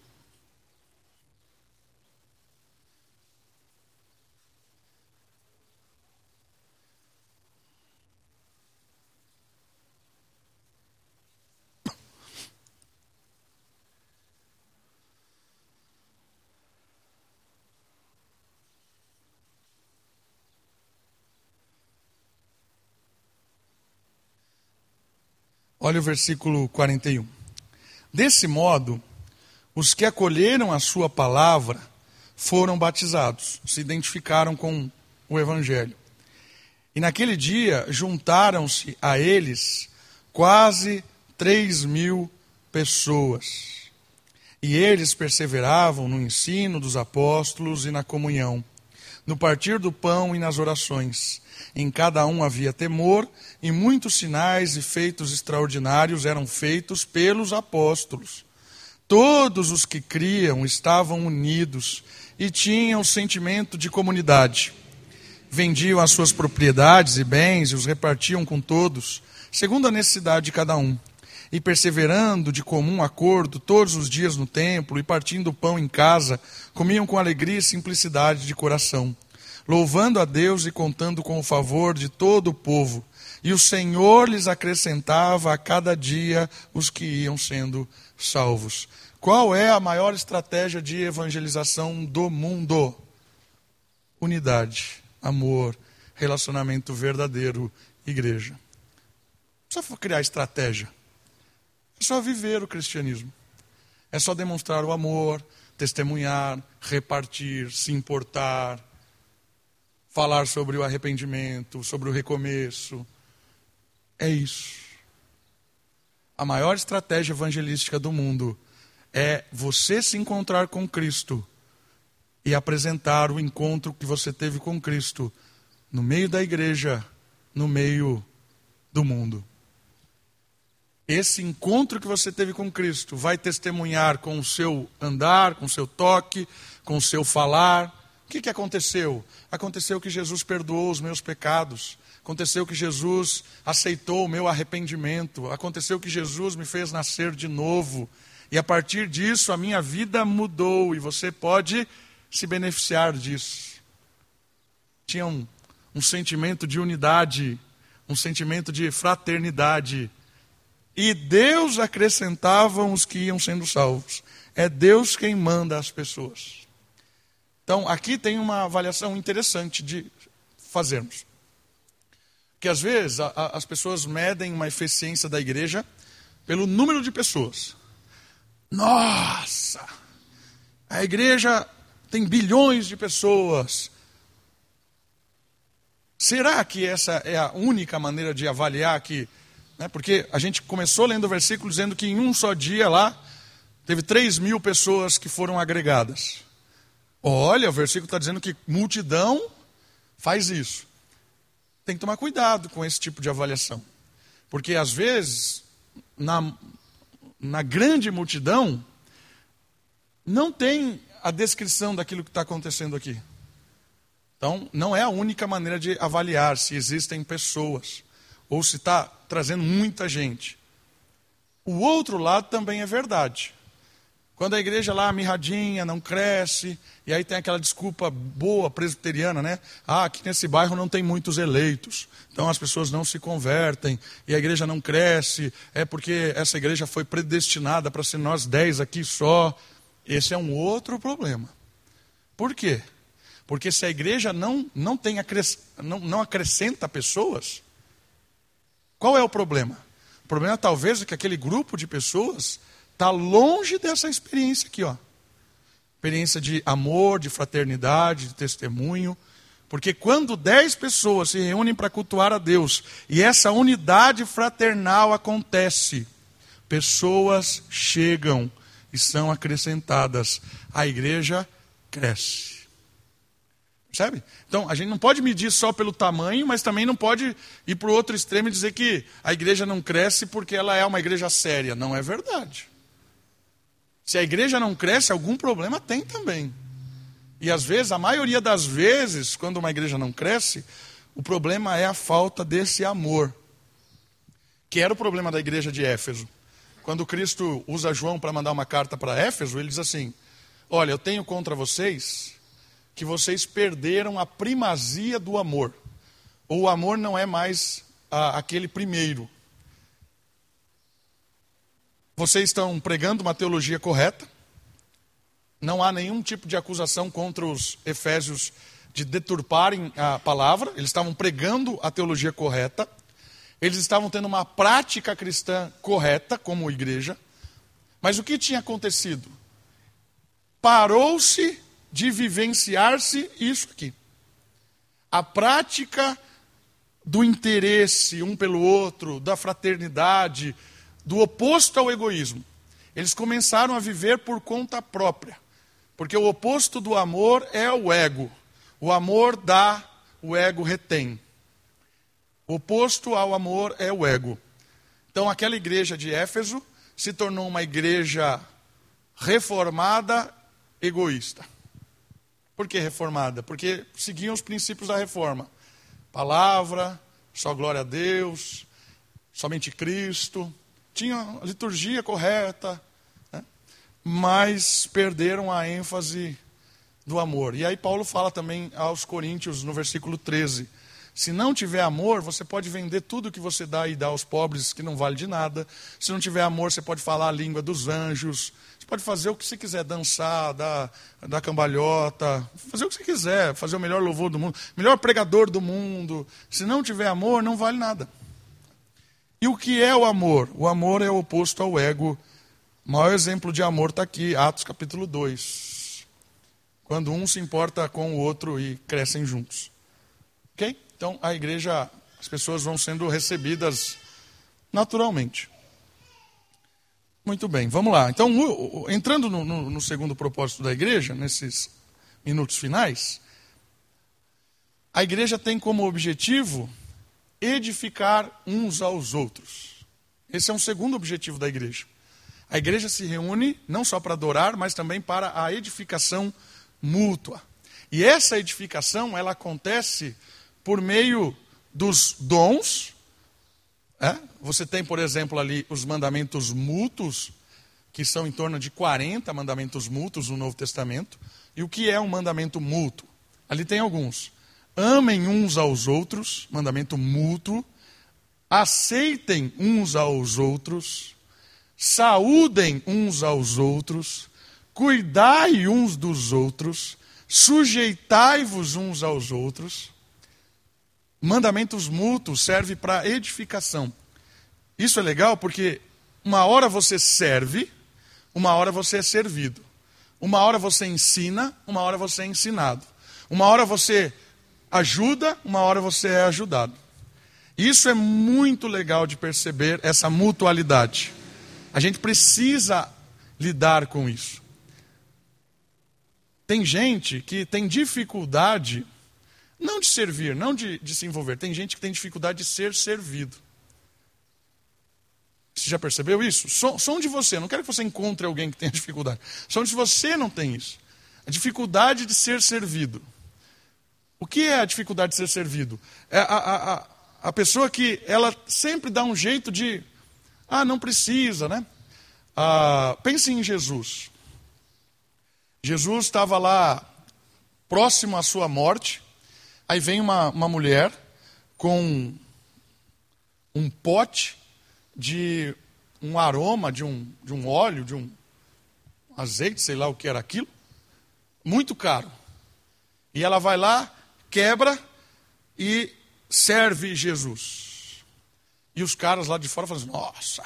Olha o versículo 41. Desse modo, os que acolheram a sua palavra foram batizados, se identificaram com o evangelho. E naquele dia juntaram-se a eles quase 3.000 pessoas. E eles perseveravam no ensino dos apóstolos e na comunhão, no partir do pão e nas orações. Em cada um havia temor, e muitos sinais e feitos extraordinários eram feitos pelos apóstolos. Todos os que criam estavam unidos e tinham sentimento de comunidade. Vendiam as suas propriedades e bens e os repartiam com todos, segundo a necessidade de cada um. E perseverando de comum acordo todos os dias no templo e partindo o pão em casa, comiam com alegria e simplicidade de coração, louvando a Deus e contando com o favor de todo o povo. E o Senhor lhes acrescentava a cada dia os que iam sendo salvos. Qual é a maior estratégia de evangelização do mundo? Unidade, amor, relacionamento verdadeiro, igreja. Não precisa criar estratégia. É só viver o cristianismo. É só demonstrar o amor, testemunhar, repartir, se importar, falar sobre o arrependimento, sobre o recomeço. É isso. A maior estratégia evangelística do mundo é você se encontrar com Cristo e apresentar o encontro que você teve com Cristo no meio da igreja, no meio do mundo. Esse encontro que você teve com Cristo vai testemunhar com o seu andar, com o seu toque, com o seu falar. O que aconteceu? Aconteceu que Jesus perdoou os meus pecados. Aconteceu que Jesus aceitou o meu arrependimento. Aconteceu que Jesus me fez nascer de novo. E a partir disso a minha vida mudou. E você pode se beneficiar disso. Tinha um sentimento de unidade, um sentimento de fraternidade. E Deus acrescentava os que iam sendo salvos. É Deus quem manda as pessoas. Então, aqui tem uma avaliação interessante de fazermos. Que às vezes as pessoas medem uma eficiência da igreja pelo número de pessoas. Nossa! A igreja tem bilhões de pessoas. Será que essa é a única maneira de avaliar que né? Porque a gente começou lendo o versículo dizendo que em um só dia lá, teve 3.000 pessoas que foram agregadas. Olha, o versículo está dizendo que multidão faz isso. Tem que tomar cuidado com esse tipo de avaliação. Porque às vezes, na grande multidão, não tem a descrição daquilo que está acontecendo aqui. Então, não é a única maneira de avaliar se existem pessoas ou se está trazendo muita gente. O outro lado também é verdade. Quando a igreja lá, mirradinha, não cresce, e aí tem aquela desculpa boa, presbiteriana, né? Aqui nesse bairro não tem muitos eleitos, então as pessoas não se convertem, e a igreja não cresce, é porque essa igreja foi predestinada para ser nós 10 aqui só. Esse é um outro problema. Por quê? Porque se a igreja não acrescenta pessoas, qual é o problema? O problema talvez é que aquele grupo de pessoas está longe dessa experiência aqui, ó. Experiência de amor, de fraternidade, de testemunho. Porque quando 10 pessoas se reúnem para cultuar a Deus, e essa unidade fraternal acontece, pessoas chegam e são acrescentadas. A igreja cresce. Percebe? Então, a gente não pode medir só pelo tamanho, mas também não pode ir para o outro extremo e dizer que a igreja não cresce porque ela é uma igreja séria. Não é verdade. Se a igreja não cresce, algum problema tem também. E às vezes, a maioria das vezes, quando uma igreja não cresce, o problema é a falta desse amor. Que era o problema da igreja de Éfeso. Quando Cristo usa João para mandar uma carta para Éfeso, ele diz assim: olha, eu tenho contra vocês que vocês perderam a primazia do amor. Ou o amor não é mais aquele primeiro. Vocês estão pregando uma teologia correta. Não há nenhum tipo de acusação contra os efésios de deturparem a palavra. Eles estavam pregando a teologia correta. Eles estavam tendo uma prática cristã correta como igreja. Mas o que tinha acontecido? Parou-se de vivenciar-se isso aqui. A prática do interesse um pelo outro, da fraternidade, do oposto ao egoísmo. Eles começaram a viver por conta própria. Porque o oposto do amor é o ego. O amor dá, o ego retém. O oposto ao amor é o ego. Então aquela igreja de Éfeso se tornou uma igreja reformada, egoísta. Por que reformada? Porque seguiam os princípios da reforma. Palavra, só glória a Deus, somente Cristo. Tinha a liturgia correta, né? Mas perderam a ênfase do amor. E aí Paulo fala também aos Coríntios, no versículo 13. Se não tiver amor, você pode vender tudo que você dá e dar aos pobres, que não vale de nada. Se não tiver amor, você pode falar a língua dos anjos. Você pode fazer o que você quiser, dançar, dar cambalhota, fazer o que você quiser, fazer o melhor louvor do mundo, melhor pregador do mundo. Se não tiver amor, não vale nada. E o que é o amor? O amor é o oposto ao ego. O maior exemplo de amor está aqui, Atos capítulo 2. Quando um se importa com o outro e crescem juntos. Ok? Então, a igreja, as pessoas vão sendo recebidas naturalmente. Muito bem, vamos lá. Então, entrando no segundo propósito da igreja, nesses minutos finais, a igreja tem como objetivo edificar uns aos outros. Esse é um segundo objetivo da igreja. A igreja se reúne não só para adorar, mas também para a edificação mútua. E essa edificação, ela acontece por meio dos dons. Você tem, por exemplo, ali os mandamentos mútuos, que são em torno de 40 mandamentos mútuos no Novo Testamento. E o que é um mandamento mútuo? Ali tem alguns. Amem uns aos outros, mandamento mútuo. Aceitem uns aos outros. Saúdem uns aos outros. Cuidai uns dos outros. Sujeitai-vos uns aos outros. Mandamentos mútuos servem para edificação. Isso é legal porque uma hora você serve, uma hora você é servido. Uma hora você ensina, uma hora você é ensinado. Uma hora você ajuda, uma hora você é ajudado. Isso é muito legal de perceber, essa mutualidade. A gente precisa lidar com isso. Tem gente que tem dificuldade, não de servir, não de se envolver. Tem gente que tem dificuldade de ser servido. Você já percebeu isso? Som de você, não quero que você encontre alguém que tenha dificuldade. Som de você não tem isso. A dificuldade de ser servido. O que é a dificuldade de ser servido? É a pessoa que ela sempre dá um jeito de, não precisa, né? Pense em Jesus. Jesus estava lá próximo à sua morte, aí vem uma mulher com um pote de um aroma, de um óleo, de um azeite, sei lá o que era aquilo, muito caro. E ela vai lá, quebra e serve Jesus. E os caras lá de fora falam assim, nossa,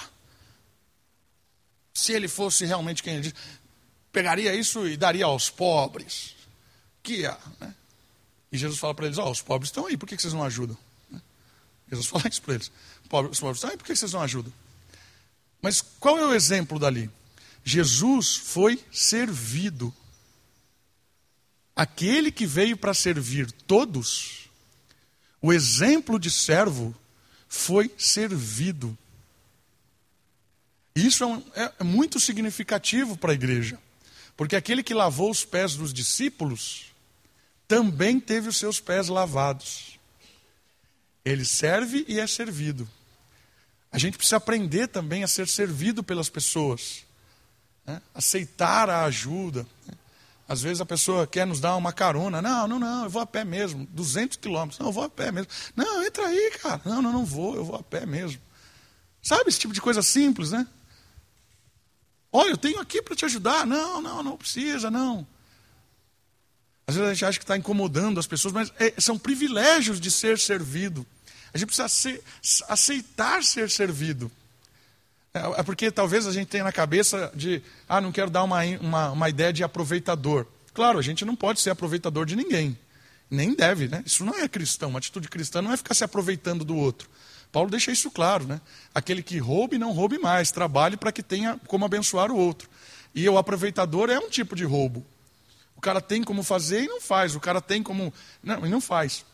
se ele fosse realmente quem ele diz, pegaria isso e daria aos pobres. Né? E Jesus fala para eles, os pobres estão aí, por que vocês não ajudam? Jesus fala isso para eles, os pobres estão aí, por que vocês não ajudam? Mas qual é o exemplo dali? Jesus foi servido. Aquele que veio para servir todos, o exemplo de servo foi servido. Isso é muito significativo para a igreja, porque aquele que lavou os pés dos discípulos também teve os seus pés lavados. Ele serve e é servido. A gente precisa aprender também a ser servido pelas pessoas, né? Aceitar a ajuda. Às vezes a pessoa quer nos dar uma carona. Não, eu vou a pé mesmo. 200 quilômetros. Não, eu vou a pé mesmo. Não, entra aí, cara. Não vou, eu vou a pé mesmo. Sabe esse tipo de coisa simples, né? Olha, eu tenho aqui para te ajudar. Não precisa, não. Às vezes a gente acha que está incomodando as pessoas, mas são privilégios de ser servido. A gente precisa aceitar ser servido. É porque talvez a gente tenha na cabeça de, não quero dar uma ideia de aproveitador. Claro, a gente não pode ser aproveitador de ninguém. Nem deve, né? Isso não é cristão. Uma atitude cristã não é ficar se aproveitando do outro. Paulo deixa isso claro, né? Aquele que roube, não roube mais. Trabalhe para que tenha como abençoar o outro. E o aproveitador é um tipo de roubo. O cara tem como fazer e não faz. O cara tem como... Não, e não faz.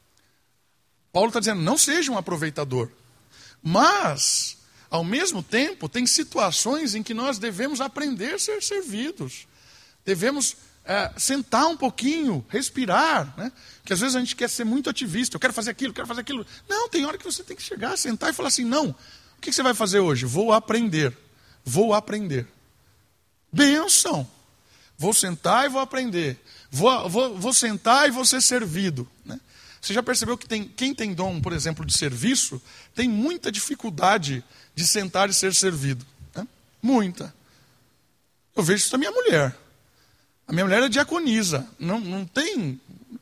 Paulo está dizendo, não seja um aproveitador. Mas... ao mesmo tempo, tem situações em que nós devemos aprender a ser servidos. Devemos sentar um pouquinho, respirar. Né? Porque às vezes a gente quer ser muito ativista. Eu quero fazer aquilo, quero fazer aquilo. Não, tem hora que você tem que chegar, sentar e falar assim, não. O que você vai fazer hoje? Vou aprender. Vou aprender. Bênção. Vou sentar e vou aprender. Vou sentar e vou ser servido. Né? Você já percebeu que quem tem dom, por exemplo, de serviço, tem muita dificuldade de sentar e ser servido. Né? Muita. Eu vejo isso da minha mulher. A minha mulher é diaconisa. Não tem...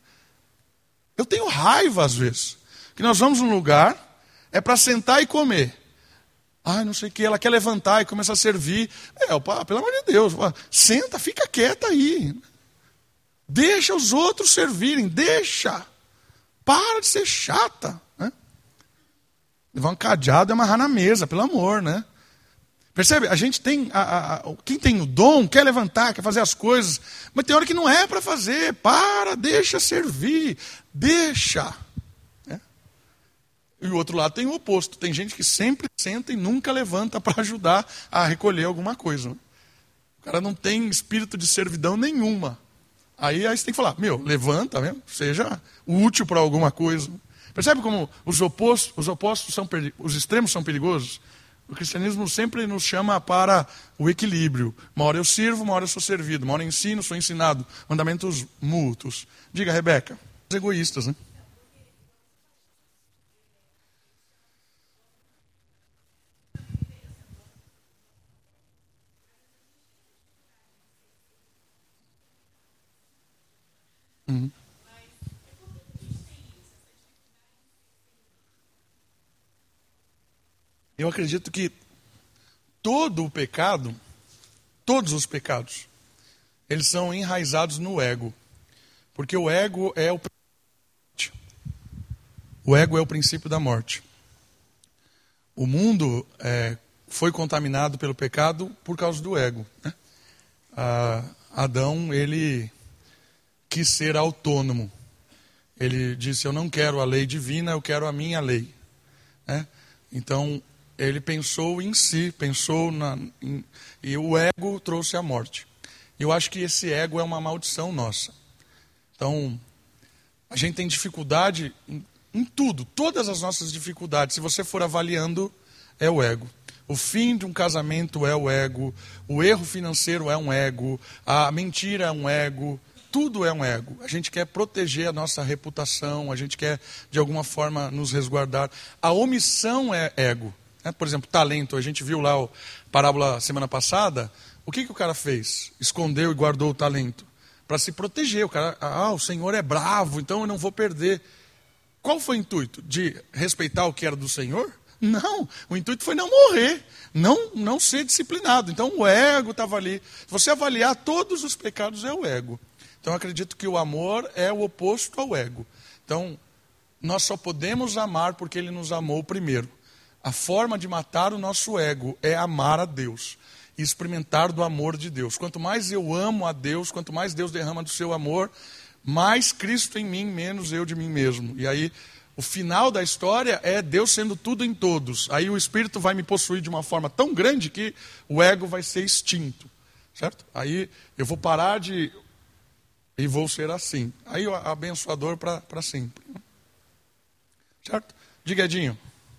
Eu tenho raiva às vezes. Que nós vamos num lugar, é para sentar e comer. Não sei o que, ela quer levantar e começar a servir. Pelo amor de Deus, senta, fica quieta aí. Deixa os outros servirem, deixa. Para de ser chata. Né? Levar um cadeado e amarrar na mesa, pelo amor, né? Percebe? A gente tem... quem tem o dom quer levantar, quer fazer as coisas, mas tem hora que não é para fazer. Deixa servir. Deixa. Né? E o outro lado tem o oposto. Tem gente que sempre senta e nunca levanta para ajudar a recolher alguma coisa. Né? O cara não tem espírito de servidão nenhuma. Aí você tem que falar, levanta mesmo, seja útil para alguma coisa. Percebe como os opostos os extremos são perigosos? O cristianismo sempre nos chama para o equilíbrio. Uma hora eu sirvo, uma hora eu sou servido. Uma hora eu ensino, sou ensinado. Mandamentos mútuos. Diga, Rebeca. Os egoístas, né? Uhum. Eu acredito que todo o pecado, todos os pecados, eles são enraizados no ego. Porque o ego é o... O ego é o princípio da morte. O mundo foi contaminado pelo pecado por causa do ego, né? Adão, ele quis ser autônomo. Ele disse, eu não quero a lei divina, eu quero a minha lei, né? Então, ele pensou em si, e o ego trouxe a morte. Eu acho que esse ego é uma maldição nossa. Então, a gente tem dificuldade em tudo, todas as nossas dificuldades, se você for avaliando, é o ego. O fim de um casamento é o ego, o erro financeiro é um ego, a mentira é um ego, tudo é um ego. A gente quer proteger a nossa reputação, a gente quer, de alguma forma, nos resguardar. A omissão é ego. Por exemplo, talento, a gente viu lá a parábola semana passada, o que o cara fez? Escondeu e guardou o talento. Para se proteger, o cara, o Senhor é bravo, então eu não vou perder. Qual foi o intuito? De respeitar o que era do Senhor? Não, o intuito foi não morrer, não ser disciplinado. Então o ego estava ali. Se você avaliar, todos os pecados é o ego. Então eu acredito que o amor é o oposto ao ego. Então nós só podemos amar porque Ele nos amou primeiro. A forma de matar o nosso ego é amar a Deus e experimentar do amor de Deus. Quanto mais eu amo a Deus, quanto mais Deus derrama do seu amor, mais Cristo em mim, menos eu de mim mesmo. E aí o final da história é Deus sendo tudo em todos. Aí o Espírito vai me possuir de uma forma tão grande que o ego vai ser extinto. Certo? Aí eu vou parar e vou ser assim. Aí o abençoador para sempre. Certo? Diga, Edinho.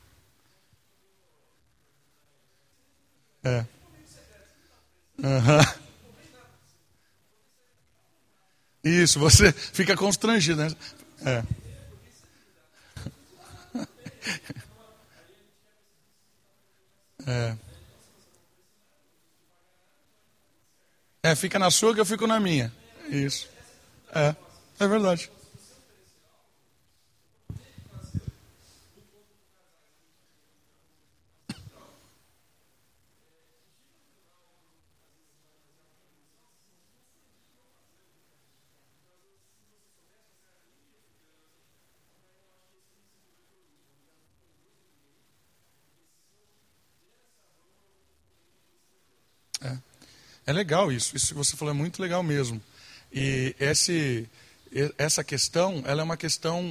Isso, você fica constrangido, né? Fica na sua que eu fico na minha. Isso. É verdade. É legal isso que você falou é muito legal mesmo. E essa questão, ela é uma questão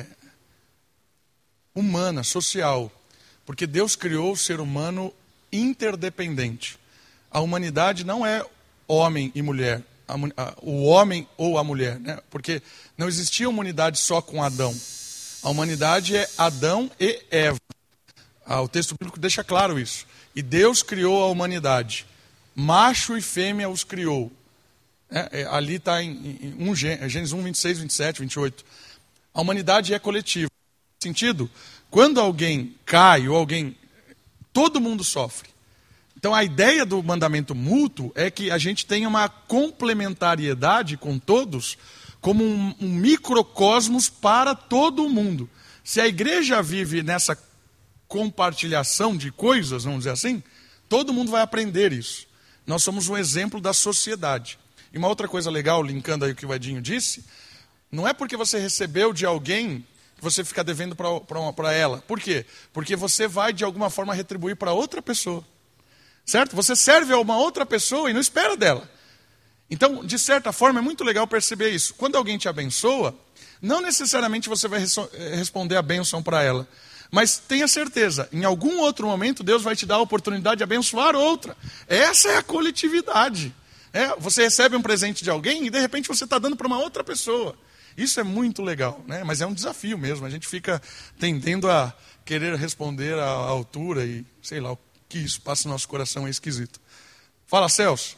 humana, social, porque Deus criou o ser humano interdependente. A humanidade não é homem e mulher, o homem ou a mulher, né? Porque não existia humanidade só com Adão. A humanidade é Adão e Eva. O texto bíblico deixa claro isso. E Deus criou a humanidade. Macho e fêmea os criou. Ali está em Gênesis 1, 26, 27, 28. A humanidade é coletiva. No sentido, quando alguém cai ou alguém... Todo mundo sofre. Então a ideia do mandamento mútuo é que a gente tenha uma complementariedade com todos, como um microcosmos para todo o mundo. Se a igreja vive nessa compartilhação de coisas, vamos dizer assim, todo mundo vai aprender isso. Nós somos um exemplo da sociedade. E uma outra coisa legal, linkando aí o que o Edinho disse, não é porque você recebeu de alguém que você fica devendo para ela. Por quê? Porque você vai, de alguma forma, retribuir para outra pessoa. Certo? Você serve a uma outra pessoa e não espera dela. Então, de certa forma, é muito legal perceber isso. Quando alguém te abençoa, não necessariamente você vai responder a bênção para ela. Mas tenha certeza, em algum outro momento, Deus vai te dar a oportunidade de abençoar outra. Essa é a coletividade. Você recebe um presente de alguém e, de repente, você está dando para uma outra pessoa. Isso é muito legal, né? Mas é um desafio mesmo. A gente fica tendendo a querer responder à altura e, sei lá, o que isso passa no nosso coração é esquisito. Fala, Celso.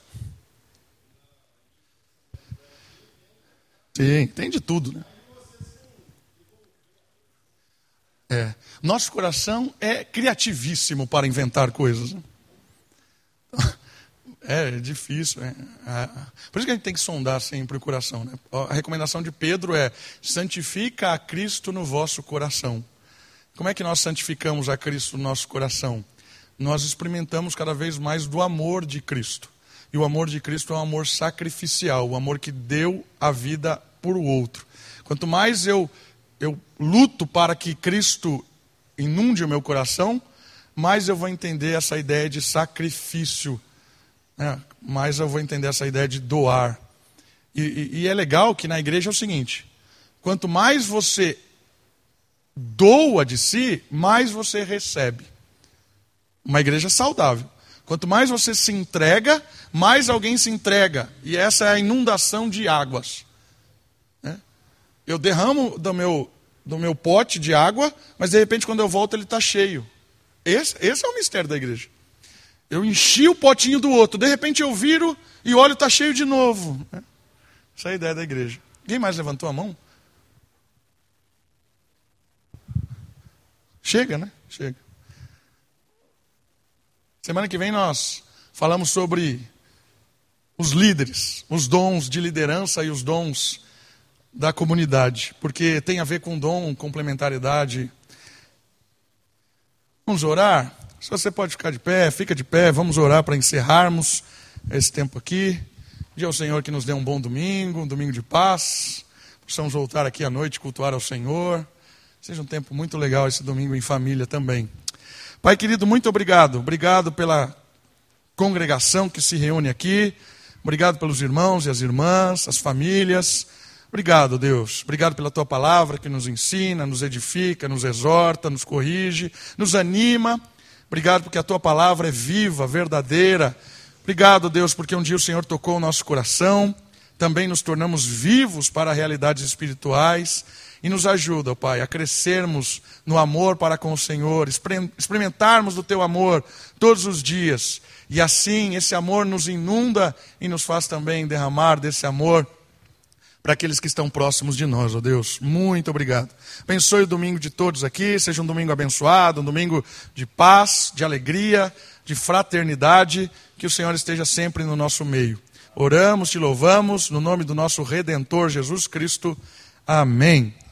Sim, tem de tudo, né? Nosso coração é criativíssimo para inventar coisas. Né? É difícil. Por isso que a gente tem que sondar sempre o coração. Né? A recomendação de Pedro é: santifica a Cristo no vosso coração. Como é que nós santificamos a Cristo no nosso coração? Nós experimentamos cada vez mais do amor de Cristo. E o amor de Cristo é um amor sacrificial, o amor que deu a vida por o outro. Quanto mais eu eu luto para que Cristo inunde o meu coração, mais eu vou entender essa ideia de sacrifício, né? Mais eu vou entender essa ideia de doar. E é legal que na igreja é o seguinte: quanto mais você doa de si, mais você recebe. Uma igreja saudável. Quanto mais você se entrega, mais alguém se entrega. E essa é a inundação de águas. Eu derramo do meu pote de água, mas de repente quando eu volto ele está cheio. Esse é o mistério da igreja. Eu enchi o potinho do outro, de repente eu viro e olho está cheio de novo. Essa é a ideia da igreja. Ninguém mais levantou a mão? Chega, né? Chega. Semana que vem nós falamos sobre os líderes, os dons de liderança e os dons da comunidade, porque tem a ver com dom, complementariedade. Vamos orar? Se você pode ficar de pé, fica de pé, vamos orar para encerrarmos esse tempo aqui. Pedir ao Senhor que nos dê um bom domingo, um domingo de paz, possamos voltar aqui à noite cultuar ao Senhor. Seja um tempo muito legal esse domingo em família também. Pai querido, muito obrigado. Obrigado pela congregação que se reúne aqui. Obrigado pelos irmãos e as irmãs, as famílias. Obrigado, Deus. Obrigado pela tua palavra que nos ensina, nos edifica, nos exorta, nos corrige, nos anima. Obrigado porque a tua palavra é viva, verdadeira. Obrigado, Deus, porque um dia o Senhor tocou o nosso coração. Também nos tornamos vivos para realidades espirituais. E nos ajuda, ó Pai, a crescermos no amor para com o Senhor, experimentarmos do teu amor todos os dias. E assim esse amor nos inunda e nos faz também derramar desse amor para aqueles que estão próximos de nós, ó Deus. Muito obrigado. Abençoe o domingo de todos aqui, seja um domingo abençoado, um domingo de paz, de alegria, de fraternidade, que o Senhor esteja sempre no nosso meio. Oramos, te louvamos, no nome do nosso Redentor Jesus Cristo. Amém.